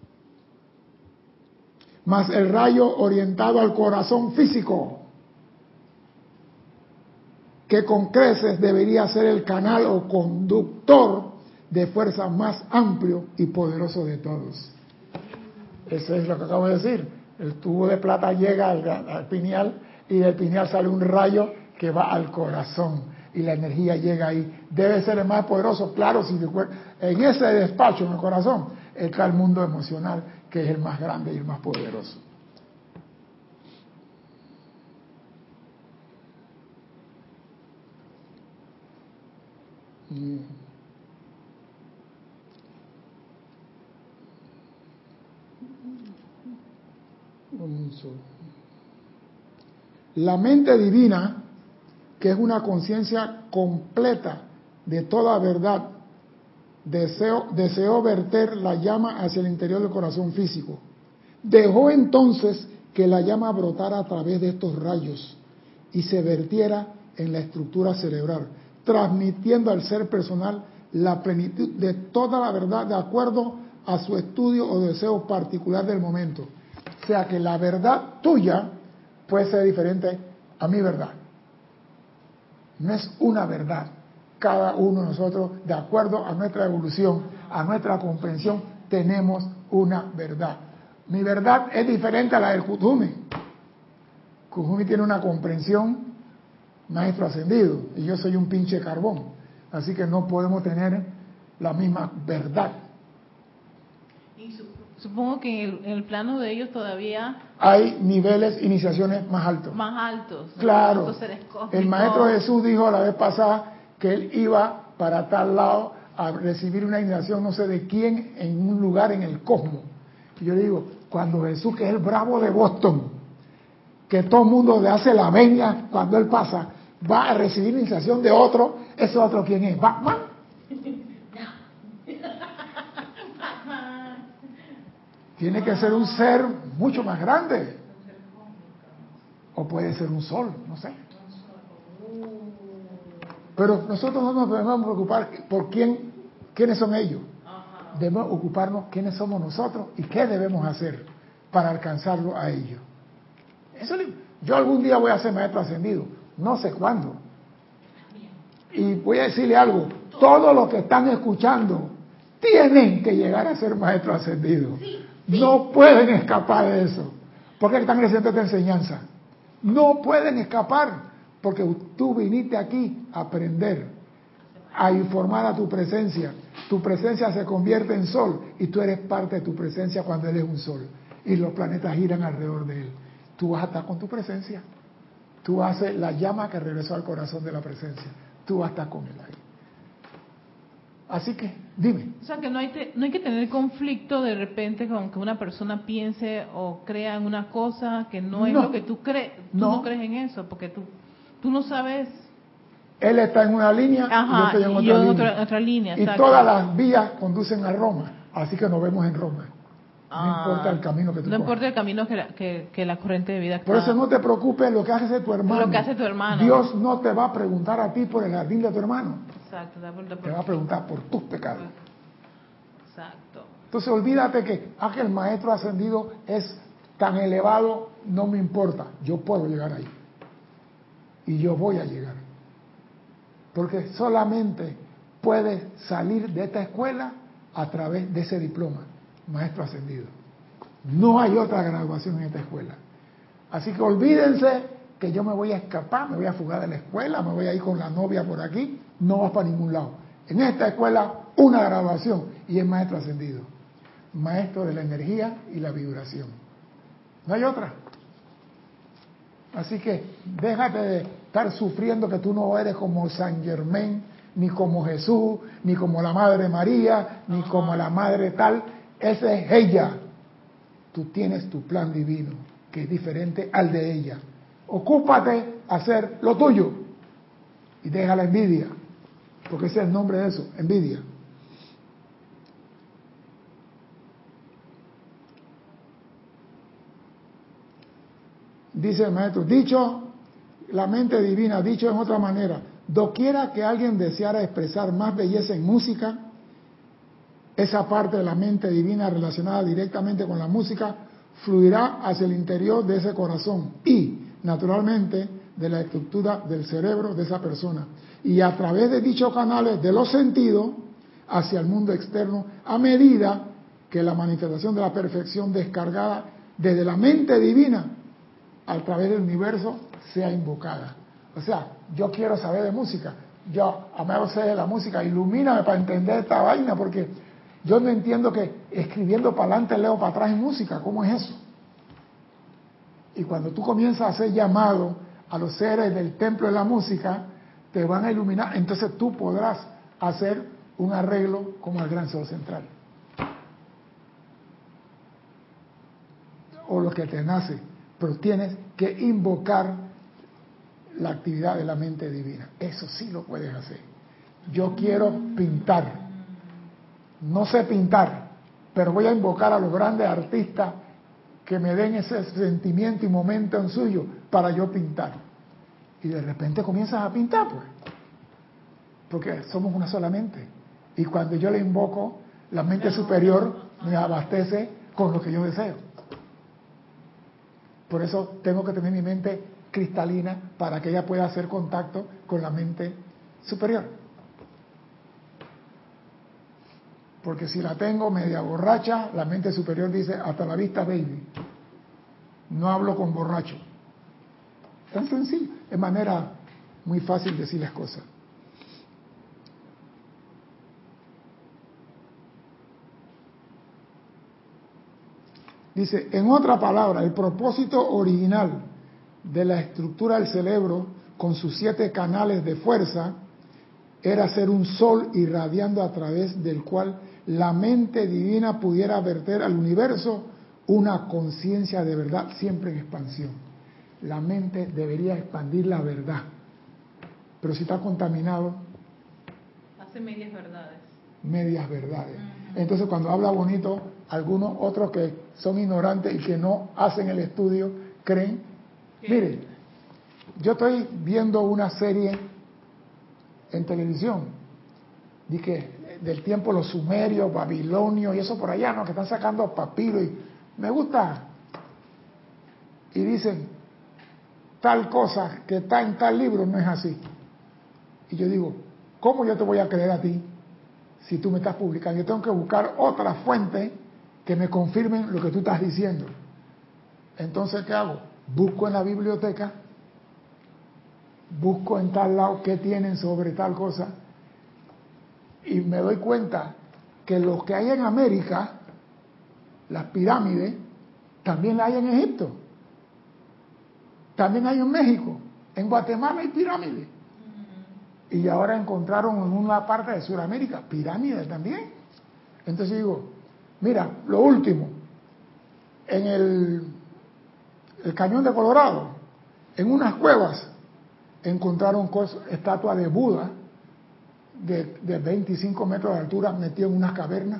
Más el rayo orientado al corazón físico, que con creces debería ser el canal o conductor de fuerza más amplio y poderoso de todos. Eso es lo que acabo de decir. El tubo de plata llega al, al pineal y del pineal sale un rayo que va al corazón y la energía llega ahí. Debe ser el más poderoso, claro, si en ese despacho, en el corazón, está el mundo emocional, que es el más grande y el más poderoso. Y la mente divina, que es una conciencia completa de toda verdad, deseo, deseó verter la llama hacia el interior del corazón físico. Dejó entonces que la llama brotara a través de estos rayos y se vertiera en la estructura cerebral, transmitiendo al ser personal la plenitud de toda la verdad de acuerdo a su estudio o deseo particular del momento. O sea que la verdad tuya puede ser diferente a mi verdad. No es una verdad. Cada uno de nosotros, de acuerdo a nuestra evolución, a nuestra comprensión, tenemos una verdad. Mi verdad es diferente a la del Kuzumi. Kuzumi tiene una comprensión maestro ascendido y yo soy un pinche carbón. Así que no podemos tener la misma verdad. Y supongo que en el, en el plano de ellos todavía hay niveles, iniciaciones más altos. Más altos. Claro. El Maestro Jesús dijo la vez pasada que él iba para tal lado a recibir una iniciación no sé de quién en un lugar en el cosmos. Y yo le digo, cuando Jesús, que es el bravo de Boston, que todo el mundo le hace la veña cuando él pasa, va a recibir iniciación de otro, ese otro ¿quién es? ¿Batman? Tiene que ser un ser mucho más grande. O puede ser un sol, no sé. Pero nosotros no nos debemos preocupar por quién, quiénes son ellos. Debemos ocuparnos quiénes somos nosotros y qué debemos hacer para alcanzarlo a ellos. Eso, yo algún día voy a ser maestro ascendido, no sé cuándo. Y voy a decirle algo, todos los que están escuchando tienen que llegar a ser maestro ascendido. No pueden escapar de eso. ¿Por qué están recibiendo esta enseñanza? No pueden escapar, porque tú viniste aquí a aprender, a informar a tu presencia. Tu presencia se convierte en sol y tú eres parte de tu presencia cuando él es un sol. Y los planetas giran alrededor de él. Tú vas a estar con tu presencia. Tú vas a ser la llama que regresó al corazón de la presencia. Tú vas a estar con él ahí. Así que, dime. O sea, que no hay, te, no hay que tener conflicto de repente con que una persona piense o crea en una cosa que no es no, lo que tú crees. Tú no. no crees en eso, porque tú, tú no sabes. Él está en una línea. Ajá, y yo estoy en otra y yo en línea. otra, otra línea. Y Exacto. todas las vías conducen a Roma. Así que nos vemos en Roma. No Ah, importa el camino que tú No cojas. importa el camino que la, que, que la corriente de vida está. Por eso no te preocupes lo que hace tu hermano. Lo que hace tu hermano. Dios no te va a preguntar a ti por el jardín de tu hermano. Exacto, te va a preguntar por Te va a preguntar por tus pecados. Exacto. Entonces olvídate que, ah, que el maestro ascendido es tan elevado, no me importa. Yo puedo llegar ahí. Y yo voy a llegar. Porque solamente puedes salir de esta escuela a través de ese diploma, maestro ascendido. No hay otra graduación en esta escuela. Así que olvídense que yo me voy a escapar, me voy a fugar de la escuela, me voy a ir con la novia por aquí. No vas para ningún lado. En esta escuela, una graduación y es maestro ascendido. Maestro de la energía y la vibración. No hay otra. Así que déjate de estar sufriendo que tú no eres como San Germain, ni como Jesús, ni como la Madre María, ni como la Madre tal. Esa es ella. Tú tienes tu plan divino, que es diferente al de ella. Ocúpate a hacer lo tuyo y deja la envidia, porque ese es el nombre de eso, envidia. Dice el maestro, dicho la mente divina, dicho en otra manera, doquiera que alguien deseara expresar más belleza en música, esa parte de la mente divina relacionada directamente con la música fluirá hacia el interior de ese corazón y, naturalmente, de la estructura del cerebro de esa persona. Y a través de dichos canales de los sentidos hacia el mundo externo, a medida que la manifestación de la perfección descargada desde la mente divina a través del universo sea invocada. O sea, yo quiero saber de música. Yo, amado sé de la música, ilumíname para entender esta vaina, porque yo no entiendo que escribiendo para adelante leo para atrás en música. ¿Cómo es eso? Y cuando tú comienzas a hacer llamado a los seres del templo de la música, te van a iluminar. Entonces tú podrás hacer un arreglo como el Gran Sol Central. O lo que te nace. Pero tienes que invocar la actividad de la mente divina. Eso sí lo puedes hacer. Yo quiero pintar. No sé pintar, pero voy a invocar a los grandes artistas que me den ese sentimiento y momento en suyo para yo pintar. Y de repente comienzas a pintar, pues. Porque somos una sola mente. Y cuando yo le invoco, la mente superior me abastece con lo que yo deseo. Por eso tengo que tener mi mente cristalina para que ella pueda hacer contacto con la mente superior. Porque si la tengo media borracha, la mente superior dice, hasta la vista, baby. No hablo con borracho. Tan sencillo. Es manera muy fácil de decir las cosas. Dice, en otra palabra, el propósito original de la estructura del cerebro con sus siete canales de fuerza era ser un sol irradiando a través del cual la mente divina pudiera verter al universo una conciencia de verdad siempre en expansión. La mente debería expandir la verdad, pero si está contaminado, hace medias verdades. Medias verdades. Uh-huh. Entonces cuando habla bonito, algunos otros que son ignorantes y que no hacen el estudio creen. Mire, yo estoy viendo una serie en televisión, dije, del tiempo de los sumerios, babilonios y eso por allá, ¿no? Que están sacando papiro y me gusta. Y dicen, tal cosa que está en tal libro no es así. Y yo digo, ¿cómo yo te voy a creer a ti si tú me estás publicando? Yo tengo que buscar otra fuente que me confirmen lo que tú estás diciendo. Entonces, ¿qué hago? Busco en la biblioteca, busco en tal lado qué tienen sobre tal cosa y me doy cuenta que los que hay en América, las pirámides, también las hay en Egipto, también hay en México, en Guatemala hay pirámides. Y ahora encontraron en una parte de Sudamérica pirámides también. Entonces digo, mira, lo último, en el, el Cañón de Colorado, en unas cuevas, encontraron estatuas de Buda de, de veinticinco metros de altura metido en unas cavernas.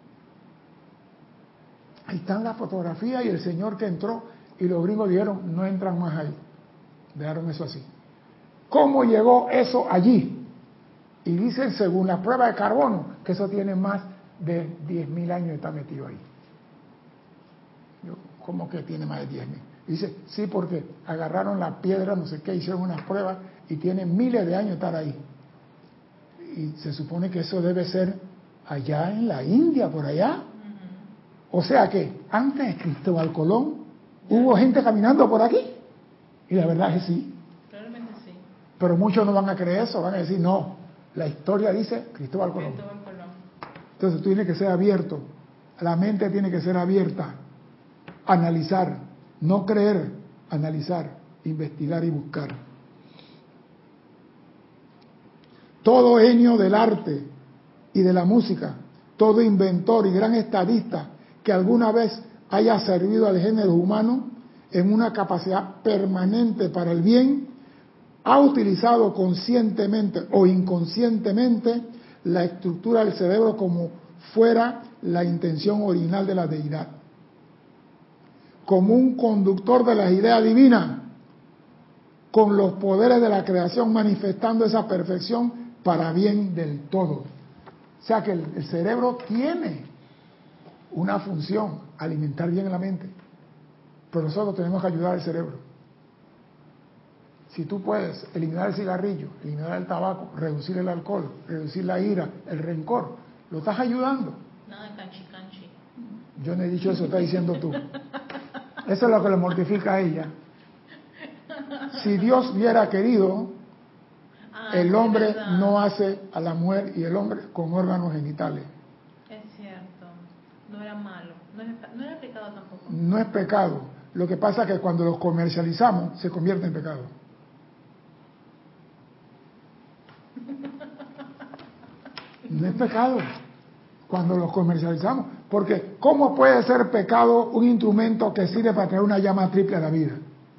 Ahí están las fotografías y el señor que entró y los gringos dijeron, no entran más ahí. Dejaron eso así. ¿Cómo llegó eso allí? Y dicen, según la prueba de carbono, que eso tiene más de diez mil años y está metido ahí. Yo, ¿cómo que tiene más de diez mil? Dice, sí, porque agarraron la piedra, no sé qué, hicieron unas pruebas y tiene miles de años estar ahí. Y se supone que eso debe ser allá en la India, por allá. O sea que antes de Cristóbal Colón hubo gente caminando por aquí. Y la verdad es que sí. Realmente sí. Pero muchos no van a creer eso, van a decir, no, la historia dice Cristóbal Colón. Cristóbal Colón. Entonces tú tienes que ser abierto, la mente tiene que ser abierta, analizar, no creer, analizar, investigar y buscar. Todo genio del arte y de la música, todo inventor y gran estadista que alguna vez haya servido al género humano en una capacidad permanente para el bien, ha utilizado conscientemente o inconscientemente la estructura del cerebro como fuera la intención original de la deidad. Como un conductor de las ideas divinas, con los poderes de la creación manifestando esa perfección para bien del todo. O sea que el, el cerebro tiene una función, alimentar bien la mente. Pero nosotros tenemos que ayudar al cerebro. Si tú puedes eliminar el cigarrillo, eliminar el tabaco, reducir el alcohol, reducir la ira, el rencor, lo estás ayudando. Nada de canchi canchi. Yo no he dicho eso, estás diciendo tú. Eso es lo que le mortifica a ella. Si Dios hubiera querido, Ah, el sí, hombre verdad. no hace a la mujer y el hombre con órganos genitales. Es cierto. No era malo. No era, no era pecado tampoco. No es pecado. Lo que pasa es que cuando los comercializamos se convierte en pecado. No es pecado cuando los comercializamos. Porque ¿cómo puede ser pecado un instrumento que sirve para traer una llama triple a la vida?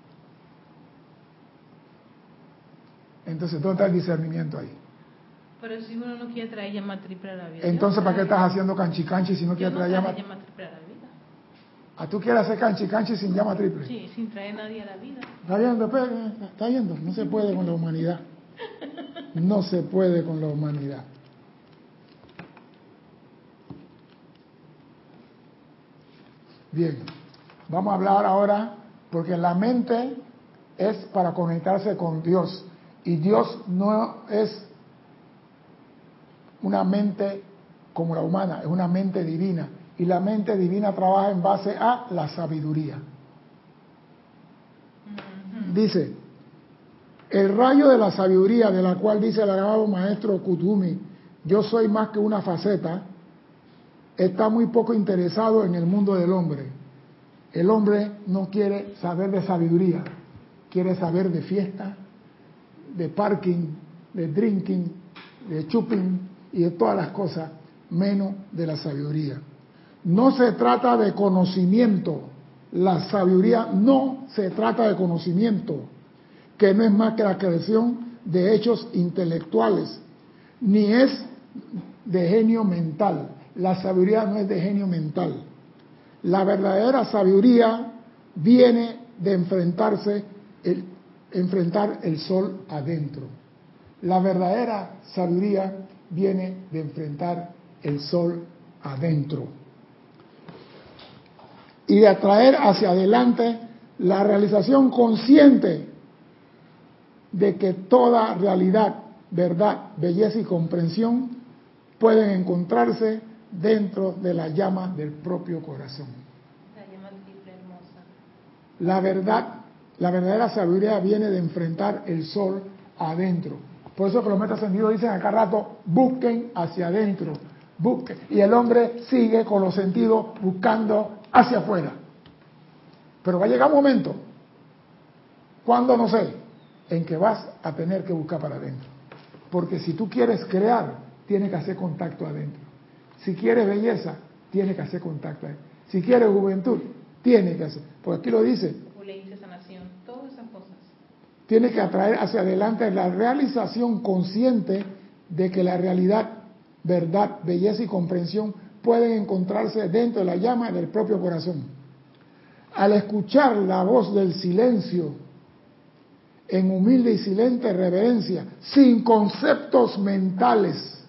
Entonces, ¿dónde está el discernimiento ahí? Pero si uno no quiere traer llama triple a la vida. Entonces, ¿para qué estás haciendo canchi canchi si no quieres no traer llama? llama triple a la vida. ¿A tú quieres hacer canchi canchi sin llama triple? Sí, sin traer nadie a la vida. Está viendo, pero, está viendo, no se puede con la humanidad. No se puede con la humanidad. Bien, vamos a hablar ahora, porque la mente es para conectarse con Dios, y Dios no es una mente como la humana, es una mente divina, y la mente divina trabaja en base a la sabiduría. Dice, el rayo de la sabiduría, de la cual dice el amado maestro Kutumi, yo soy más que una faceta, está muy poco interesado en el mundo del hombre. El hombre no quiere saber de sabiduría, quiere saber de fiesta, de parking, de drinking, de chuping y de todas las cosas, menos de la sabiduría. No se trata de conocimiento, la sabiduría no se trata de conocimiento, que no es más que la creación de hechos intelectuales, ni es de genio mental. La sabiduría no es de genio mental. La verdadera sabiduría viene de enfrentarse, el, enfrentar el sol adentro. La verdadera sabiduría viene de enfrentar el sol adentro. Y de atraer hacia adelante la realización consciente de que toda realidad, verdad, belleza y comprensión pueden encontrarse dentro de la llama del propio corazón. La llama triple hermosa. La verdad, la verdadera sabiduría viene de enfrentar el sol adentro. Por eso que los maestros ascendidos dicen acá rato, busquen hacia adentro, busquen. Y el hombre sigue con los sentidos buscando hacia afuera. Pero va a llegar un momento, ¿cuándo? No sé, en que vas a tener que buscar para adentro. Porque si tú quieres crear, tienes que hacer contacto adentro. Si quieres belleza, tienes que hacer contacto adentro. Si quieres juventud, tienes que hacer. Porque aquí lo dice. Opulencia, sanación, todas esas cosas. Tiene que atraer hacia adelante la realización consciente de que la realidad, verdad, belleza y comprensión pueden encontrarse dentro de la llama del propio corazón. Al escuchar la voz del silencio, en humilde y silente reverencia, sin conceptos mentales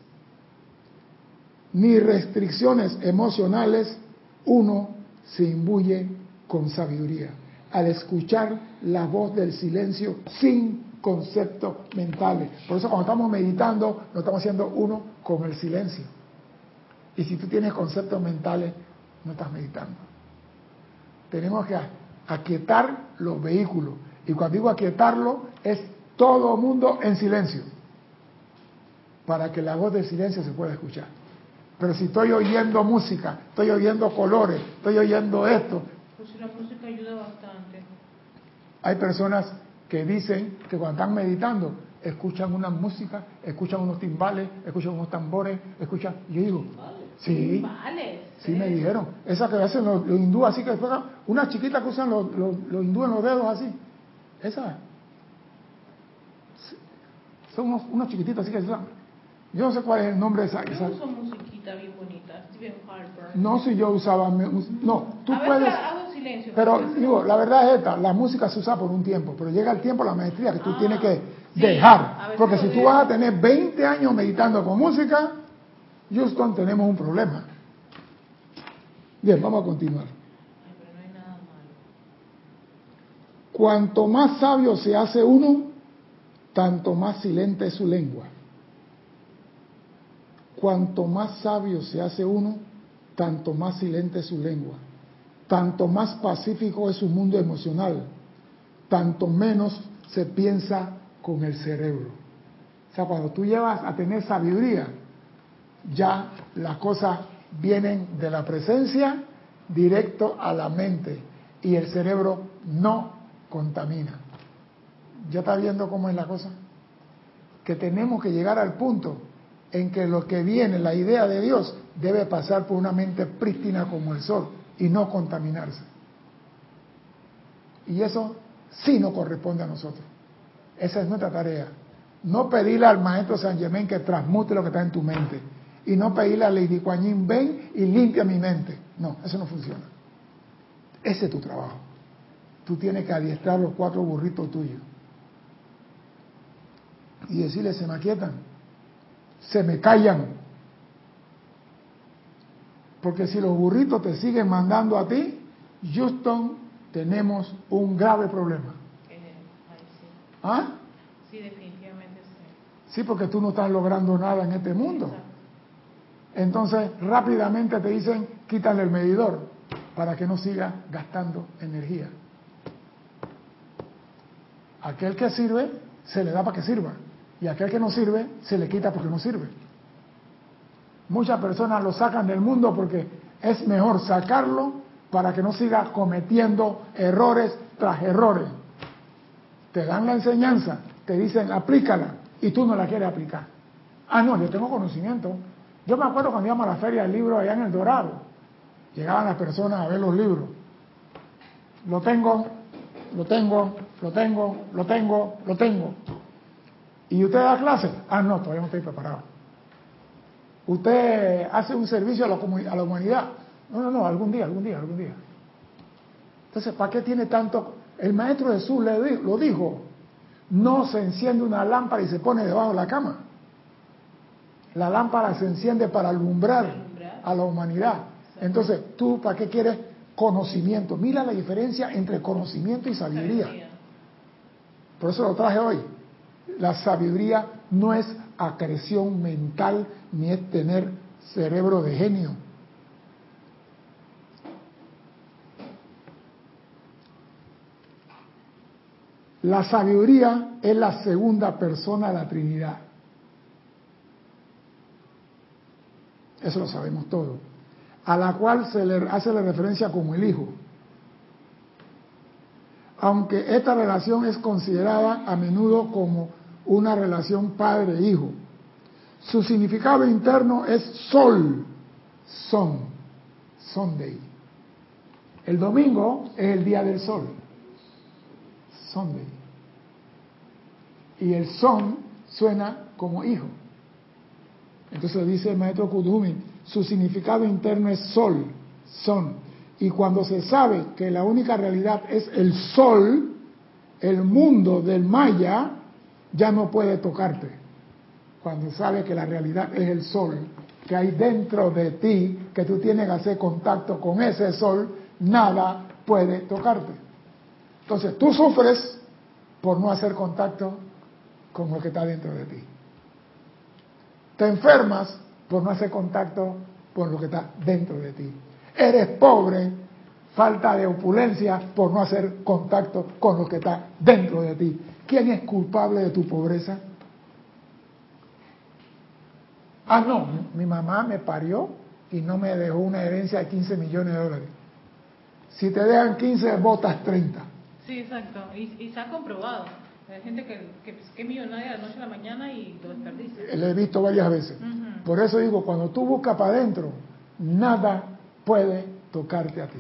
ni restricciones emocionales, uno se imbuye con sabiduría. Al escuchar la voz del silencio sin conceptos mentales. Por eso cuando estamos meditando, lo estamos haciendo uno con el silencio. Y si tú tienes conceptos mentales, no estás meditando. Tenemos que aquietar los vehículos. Y cuando digo aquietarlo, es todo mundo en silencio. Para que la voz del silencio se pueda escuchar. Pero si estoy oyendo música, estoy oyendo colores, estoy oyendo esto. Pues si la música ayuda bastante. Hay personas que dicen que cuando están meditando, escuchan una música, escuchan unos timbales, escuchan unos tambores, escuchan... Yo digo, sí, Timbales. sí me dijeron. Esa que hacen los, los hindúes así, que después, una chiquita que usan los, los, los hindúes en los dedos así. Esa. Son unos, unos chiquititos así que se usan. Yo no sé cuál es el nombre de esa. Yo esa. uso musiquita bien bonita, Stephen Harper. No, si yo usaba. No, tú a puedes. veces hago silencio. Pero digo, la verdad es esta: la música se usa por un tiempo, pero llega el tiempo, la maestría que tú ah, tienes que sí, dejar. Porque si tú veo. vas a tener veinte años meditando con música, Houston, tenemos un problema. Bien, vamos a continuar. Ay, pero no hay nada malo. Cuanto más sabio se hace uno, tanto más silente es su lengua. Cuanto más sabio se hace uno, tanto más silente es su lengua. Tanto más pacífico es su mundo emocional, tanto menos se piensa con el cerebro. O sea, cuando tú llevas a tener sabiduría, ya las cosas vienen de la presencia directo a la mente y el cerebro no contamina. ¿Ya está viendo cómo es la cosa? Que tenemos que llegar al punto en que lo que viene, la idea de Dios, debe pasar por una mente prístina como el sol y no contaminarse. Y eso sí nos corresponde a nosotros. Esa es nuestra tarea. No pedirle al maestro San Germain que transmute lo que está en tu mente. Y no pedirle a Lady Kuan Yin, ven y limpia mi mente. No, eso no funciona. Ese es tu trabajo. Tú tienes que adiestrar los cuatro burritos tuyos. Y decirle, se me aquietan. Se me callan. Porque si los burritos te siguen mandando a ti, Houston, tenemos un grave problema. Eh, ay, sí. ¿Ah? Sí, definitivamente sí. Sí, porque tú no estás logrando nada en este mundo. Exacto. Entonces, rápidamente te dicen, quítale el medidor para que no siga gastando energía. Aquel que sirve, se le da para que sirva. Y aquel que no sirve, se le quita porque no sirve. Muchas personas lo sacan del mundo porque es mejor sacarlo para que no siga cometiendo errores tras errores. Te dan la enseñanza, te dicen aplícala y tú no la quieres aplicar. Ah, no, yo tengo conocimiento. Yo me acuerdo cuando íbamos a la feria del libro allá en El Dorado. Llegaban las personas a ver los libros. Lo tengo, lo tengo, lo tengo, lo tengo, lo tengo. ¿Y usted da clase? Ah, no, todavía no estoy preparado. ¿Usted hace un servicio a la, a la humanidad? No, no, no, algún día, algún día, algún día. Entonces, ¿para qué tiene tanto? El Maestro Jesús le di- lo dijo, no se enciende una lámpara y se pone debajo de la cama. La lámpara se enciende para alumbrar a la humanidad. Entonces, ¿tú para qué quieres conocimiento? Mira la diferencia entre conocimiento y sabiduría. Por eso lo traje hoy. La sabiduría no es acreción mental ni es tener cerebro de genio. La sabiduría es la segunda persona de la Trinidad. Eso lo sabemos todos. A la cual se le hace la referencia como el Hijo. Aunque esta relación es considerada a menudo como una relación padre-hijo. Su significado interno es sol, son, Sunday. El domingo es el día del sol, Sunday. Y el son suena como hijo. Entonces dice el maestro Kudumi, su significado interno es sol, son. Y cuando se sabe que la única realidad es el sol, el mundo del Maya ya no puede tocarte. Cuando sabe que la realidad es el sol, que hay dentro de ti, que tú tienes que hacer contacto con ese sol, nada puede tocarte. Entonces tú sufres por no hacer contacto con lo que está dentro de ti. Te enfermas por no hacer contacto con lo que está dentro de ti. Eres pobre, falta de opulencia por no hacer contacto con lo que está dentro de ti. ¿Quién es culpable de tu pobreza? Ah, no, mi mamá me parió y no me dejó una herencia de quince millones de dólares. Si te dejan quince, botas treinta. Sí, exacto. Y, y se ha comprobado. Hay gente que, que, que es millonaria de la noche a la mañana y lo desperdicia. Lo he visto varias veces. Uh-huh. Por eso digo, cuando tú buscas para adentro, nada puede tocarte a ti.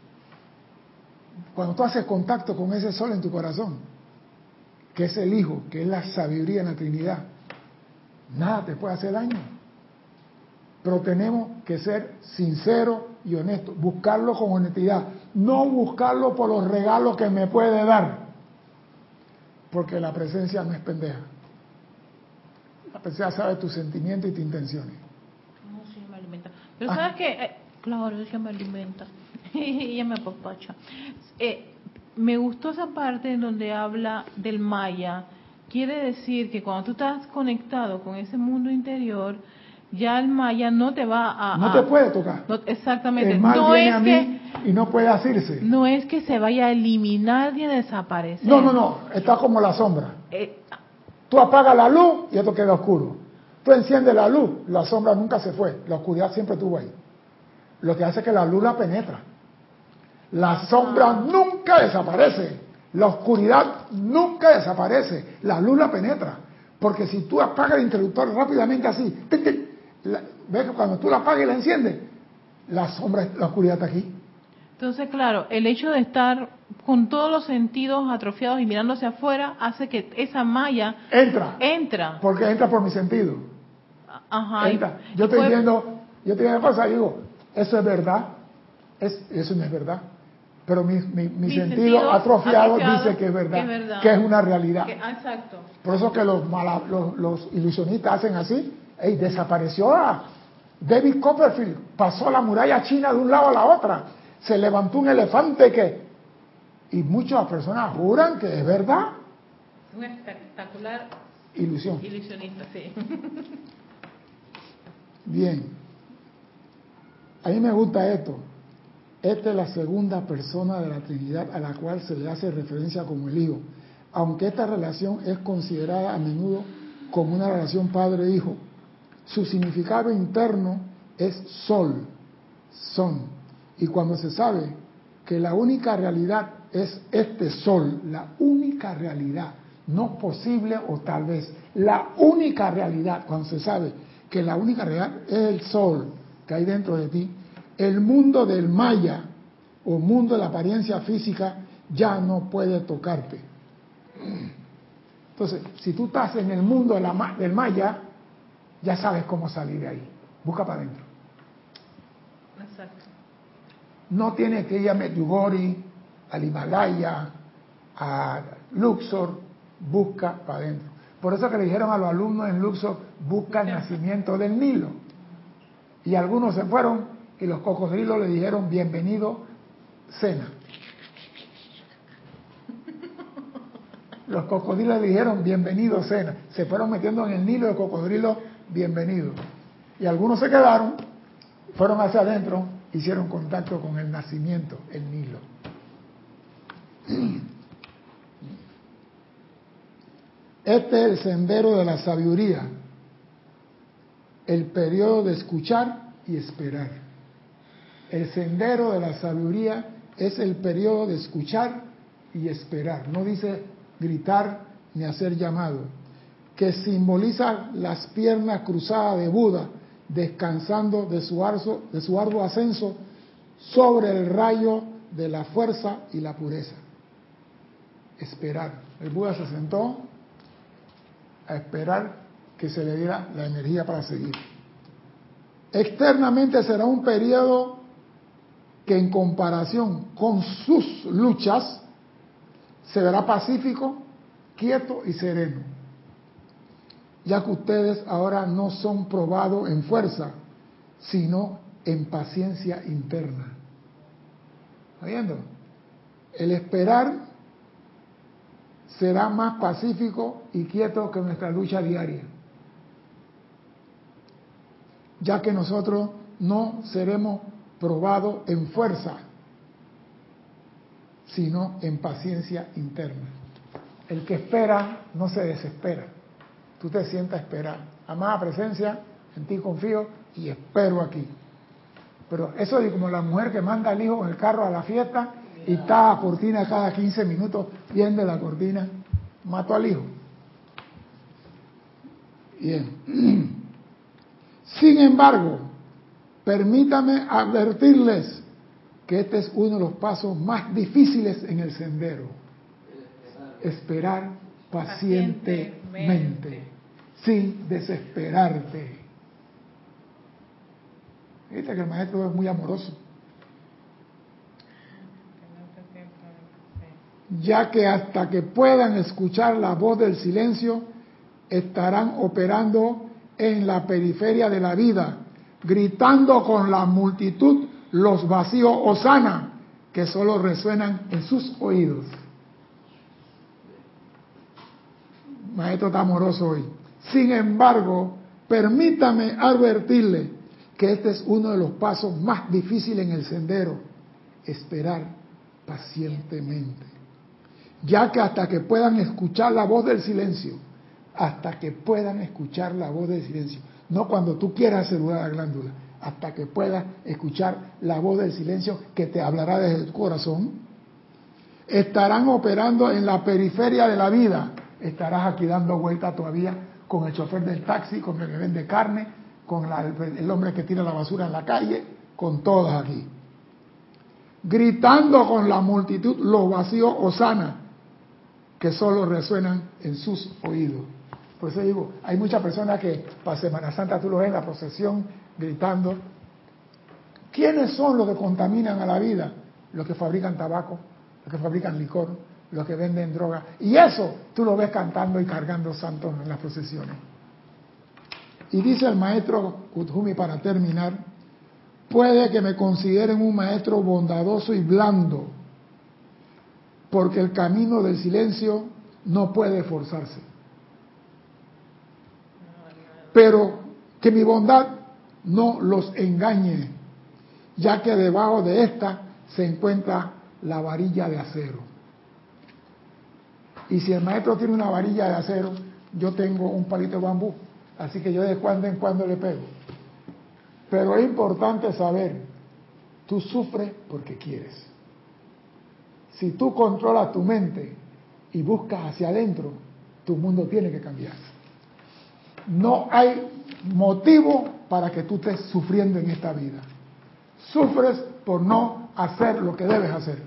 Cuando tú haces contacto con ese sol en tu corazón, que es el Hijo, que es la sabiduría en la Trinidad, nada te puede hacer daño. Pero tenemos que ser sinceros y honestos, buscarlo con honestidad, no buscarlo por los regalos que me puede dar, porque la presencia no es pendeja. La presencia sabe tus sentimientos y tus intenciones. No, sí, me alimenta. Pero Ah. ¿sabes qué? Eh, claro, ella me alimenta. Ella me apapacha. Eh, me gustó esa parte en donde habla del Maya. Quiere decir que cuando tú estás conectado con ese mundo interior, ya el Maya no te va a... No a, te puede tocar. No, exactamente. El mal no viene es a mí que, y no puede asirse. No es que se vaya a eliminar ni a desaparecer. No, no, no. Está como la sombra. Eh, Tú apagas la luz y esto queda oscuro. Tú enciendes la luz, la sombra nunca se fue. La oscuridad siempre estuvo ahí. Lo que hace es que la luz la penetra. La Ajá. sombra nunca desaparece. La oscuridad nunca desaparece. La luz la penetra. Porque si tú apagas el interruptor rápidamente así, tic, tic, la, ves que cuando tú la apagas y la enciendes, la sombra, la oscuridad está aquí. Entonces, claro, el hecho de estar con todos los sentidos atrofiados y mirando hacia afuera hace que esa malla entra. Entra. Porque entra por mi sentido. Ajá. Entra. Y, yo y estoy puede... viendo, yo estoy viendo cosas y digo, eso es verdad. Es, eso no es verdad. Pero mi, mi, mi, mi sentido, sentido atrofiado, atrofiado dice que es verdad, que es, verdad, que es una realidad. Que, exacto. Por eso que los, mala, los, los ilusionistas hacen así. Ey, desapareció a David Copperfield, pasó la muralla china de un lado a la otra, se levantó un elefante que... Y muchas personas juran que es verdad. Un espectacular ilusión. Ilusionista, sí. Bien. A mí me gusta esto. Esta es la segunda persona de la Trinidad a la cual se le hace referencia como el Hijo. Aunque esta relación es considerada a menudo como una relación padre-hijo, su significado interno es sol, son. Y cuando se sabe que la única realidad es este sol, la única realidad, no posible o tal vez, la única realidad, cuando se sabe que la única realidad es el sol que hay dentro de ti, el mundo del Maya o mundo de la apariencia física ya no puede tocarte. Entonces, si tú estás en el mundo de la, del Maya, ya sabes cómo salir de ahí. Busca para adentro. Exacto. No tiene que ir a Medjugorje, al Himalaya, a Luxor, busca para adentro. Por eso que le dijeron a los alumnos en Luxor, busca el nacimiento del Nilo. Y algunos se fueron y los cocodrilos le dijeron, bienvenido, cena. Los cocodrilos le dijeron, bienvenido, cena. Se fueron metiendo en el Nilo de cocodrilos, bienvenido. Y algunos se quedaron, fueron hacia adentro, hicieron contacto con el nacimiento, el Nilo. Este es el sendero de la sabiduría, el periodo de escuchar y esperar. El sendero de la sabiduría es el periodo de escuchar y esperar. No dice gritar ni hacer llamado, que simboliza las piernas cruzadas de Buda, descansando de su, arso, de su arduo ascenso sobre el rayo de la fuerza y la pureza. Esperar. El Buda se sentó a esperar que se le diera la energía para seguir. Externamente será un periodo que en comparación con sus luchas se verá pacífico, quieto y sereno, ya que ustedes ahora no son probados en fuerza, sino en paciencia interna. ¿Está viendo? El esperar será más pacífico y quieto que nuestra lucha diaria, ya que nosotros no seremos probados en fuerza, sino en paciencia interna. El que espera no se desespera. Tú te sientas a esperar. Amada presencia, en ti confío y espero aquí. Pero eso es como la mujer que manda al hijo en el carro a la fiesta y está a cortina cada quince minutos viendo la cortina. Mató al hijo. Bien. Sin embargo, permítame advertirles que este es uno de los pasos más difíciles en el sendero. Esperar pacientemente, pacientemente. Sin desesperarte. Viste que el maestro es muy amoroso. Ya que hasta que puedan escuchar la voz del silencio, estarán operando en la periferia de la vida, gritando con la multitud los vacíos hosana que solo resuenan en sus oídos. Maestro está amoroso hoy. Sin embargo, permítame advertirle que este es uno de los pasos más difíciles en el sendero, esperar pacientemente, ya que hasta que puedan escuchar la voz del silencio, hasta que puedan escuchar la voz del silencio, no cuando tú quieras saludar a la glándula, hasta que puedas escuchar la voz del silencio que te hablará desde tu corazón, estarán operando en la periferia de la vida. Estarás aquí dando vueltas todavía con el chofer del taxi, con el que vende carne, con la, el hombre que tira la basura en la calle, con todos aquí. Gritando con la multitud los vacíos hosana que solo resuenan en sus oídos. Por eso digo, hay muchas personas que para Semana Santa tú lo ves en la procesión gritando. ¿Quiénes son los que contaminan a la vida? Los que fabrican tabaco, los que fabrican licor, los que venden droga. Y eso tú lo ves cantando y cargando santos en las procesiones. Y dice el maestro Kuthumi para terminar, puede que me consideren un maestro bondadoso y blando, porque el camino del silencio no puede forzarse. Pero que mi bondad no los engañe, ya que debajo de esta se encuentra la varilla de acero. Y si el maestro tiene una varilla de acero, yo tengo un palito de bambú, así que yo de cuando en cuando le pego. Pero es importante saber, tú sufres porque quieres. Si tú controlas tu mente y buscas hacia adentro, tu mundo tiene que cambiar. No hay motivo para que tú estés sufriendo en esta vida. Sufres por no hacer lo que debes hacer.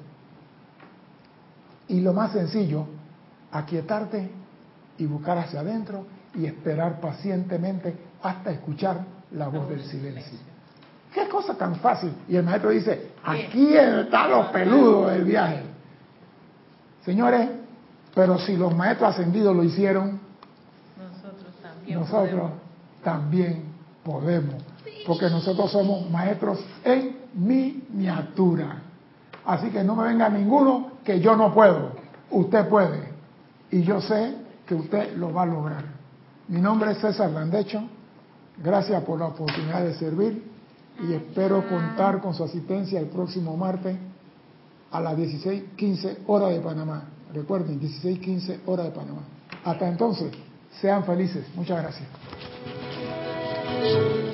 Y lo más sencillo, aquietarte y buscar hacia adentro y esperar pacientemente hasta escuchar la voz del silencio. Qué cosa tan fácil. Y el maestro dice, Aquí están los peludos del viaje. Señores, pero si los maestros ascendidos lo hicieron, Nosotros también nosotros podemos. también podemos. Porque nosotros somos maestros en miniatura. Así que no me venga ninguno que yo no puedo. Usted puede. Y yo sé que usted lo va a lograr. Mi nombre es César Landecho. Gracias por la oportunidad de servir. Y espero contar con su asistencia el próximo martes a las dieciséis quince hora de Panamá. Recuerden, dieciséis quince hora de Panamá. Hasta entonces, sean felices. Muchas gracias.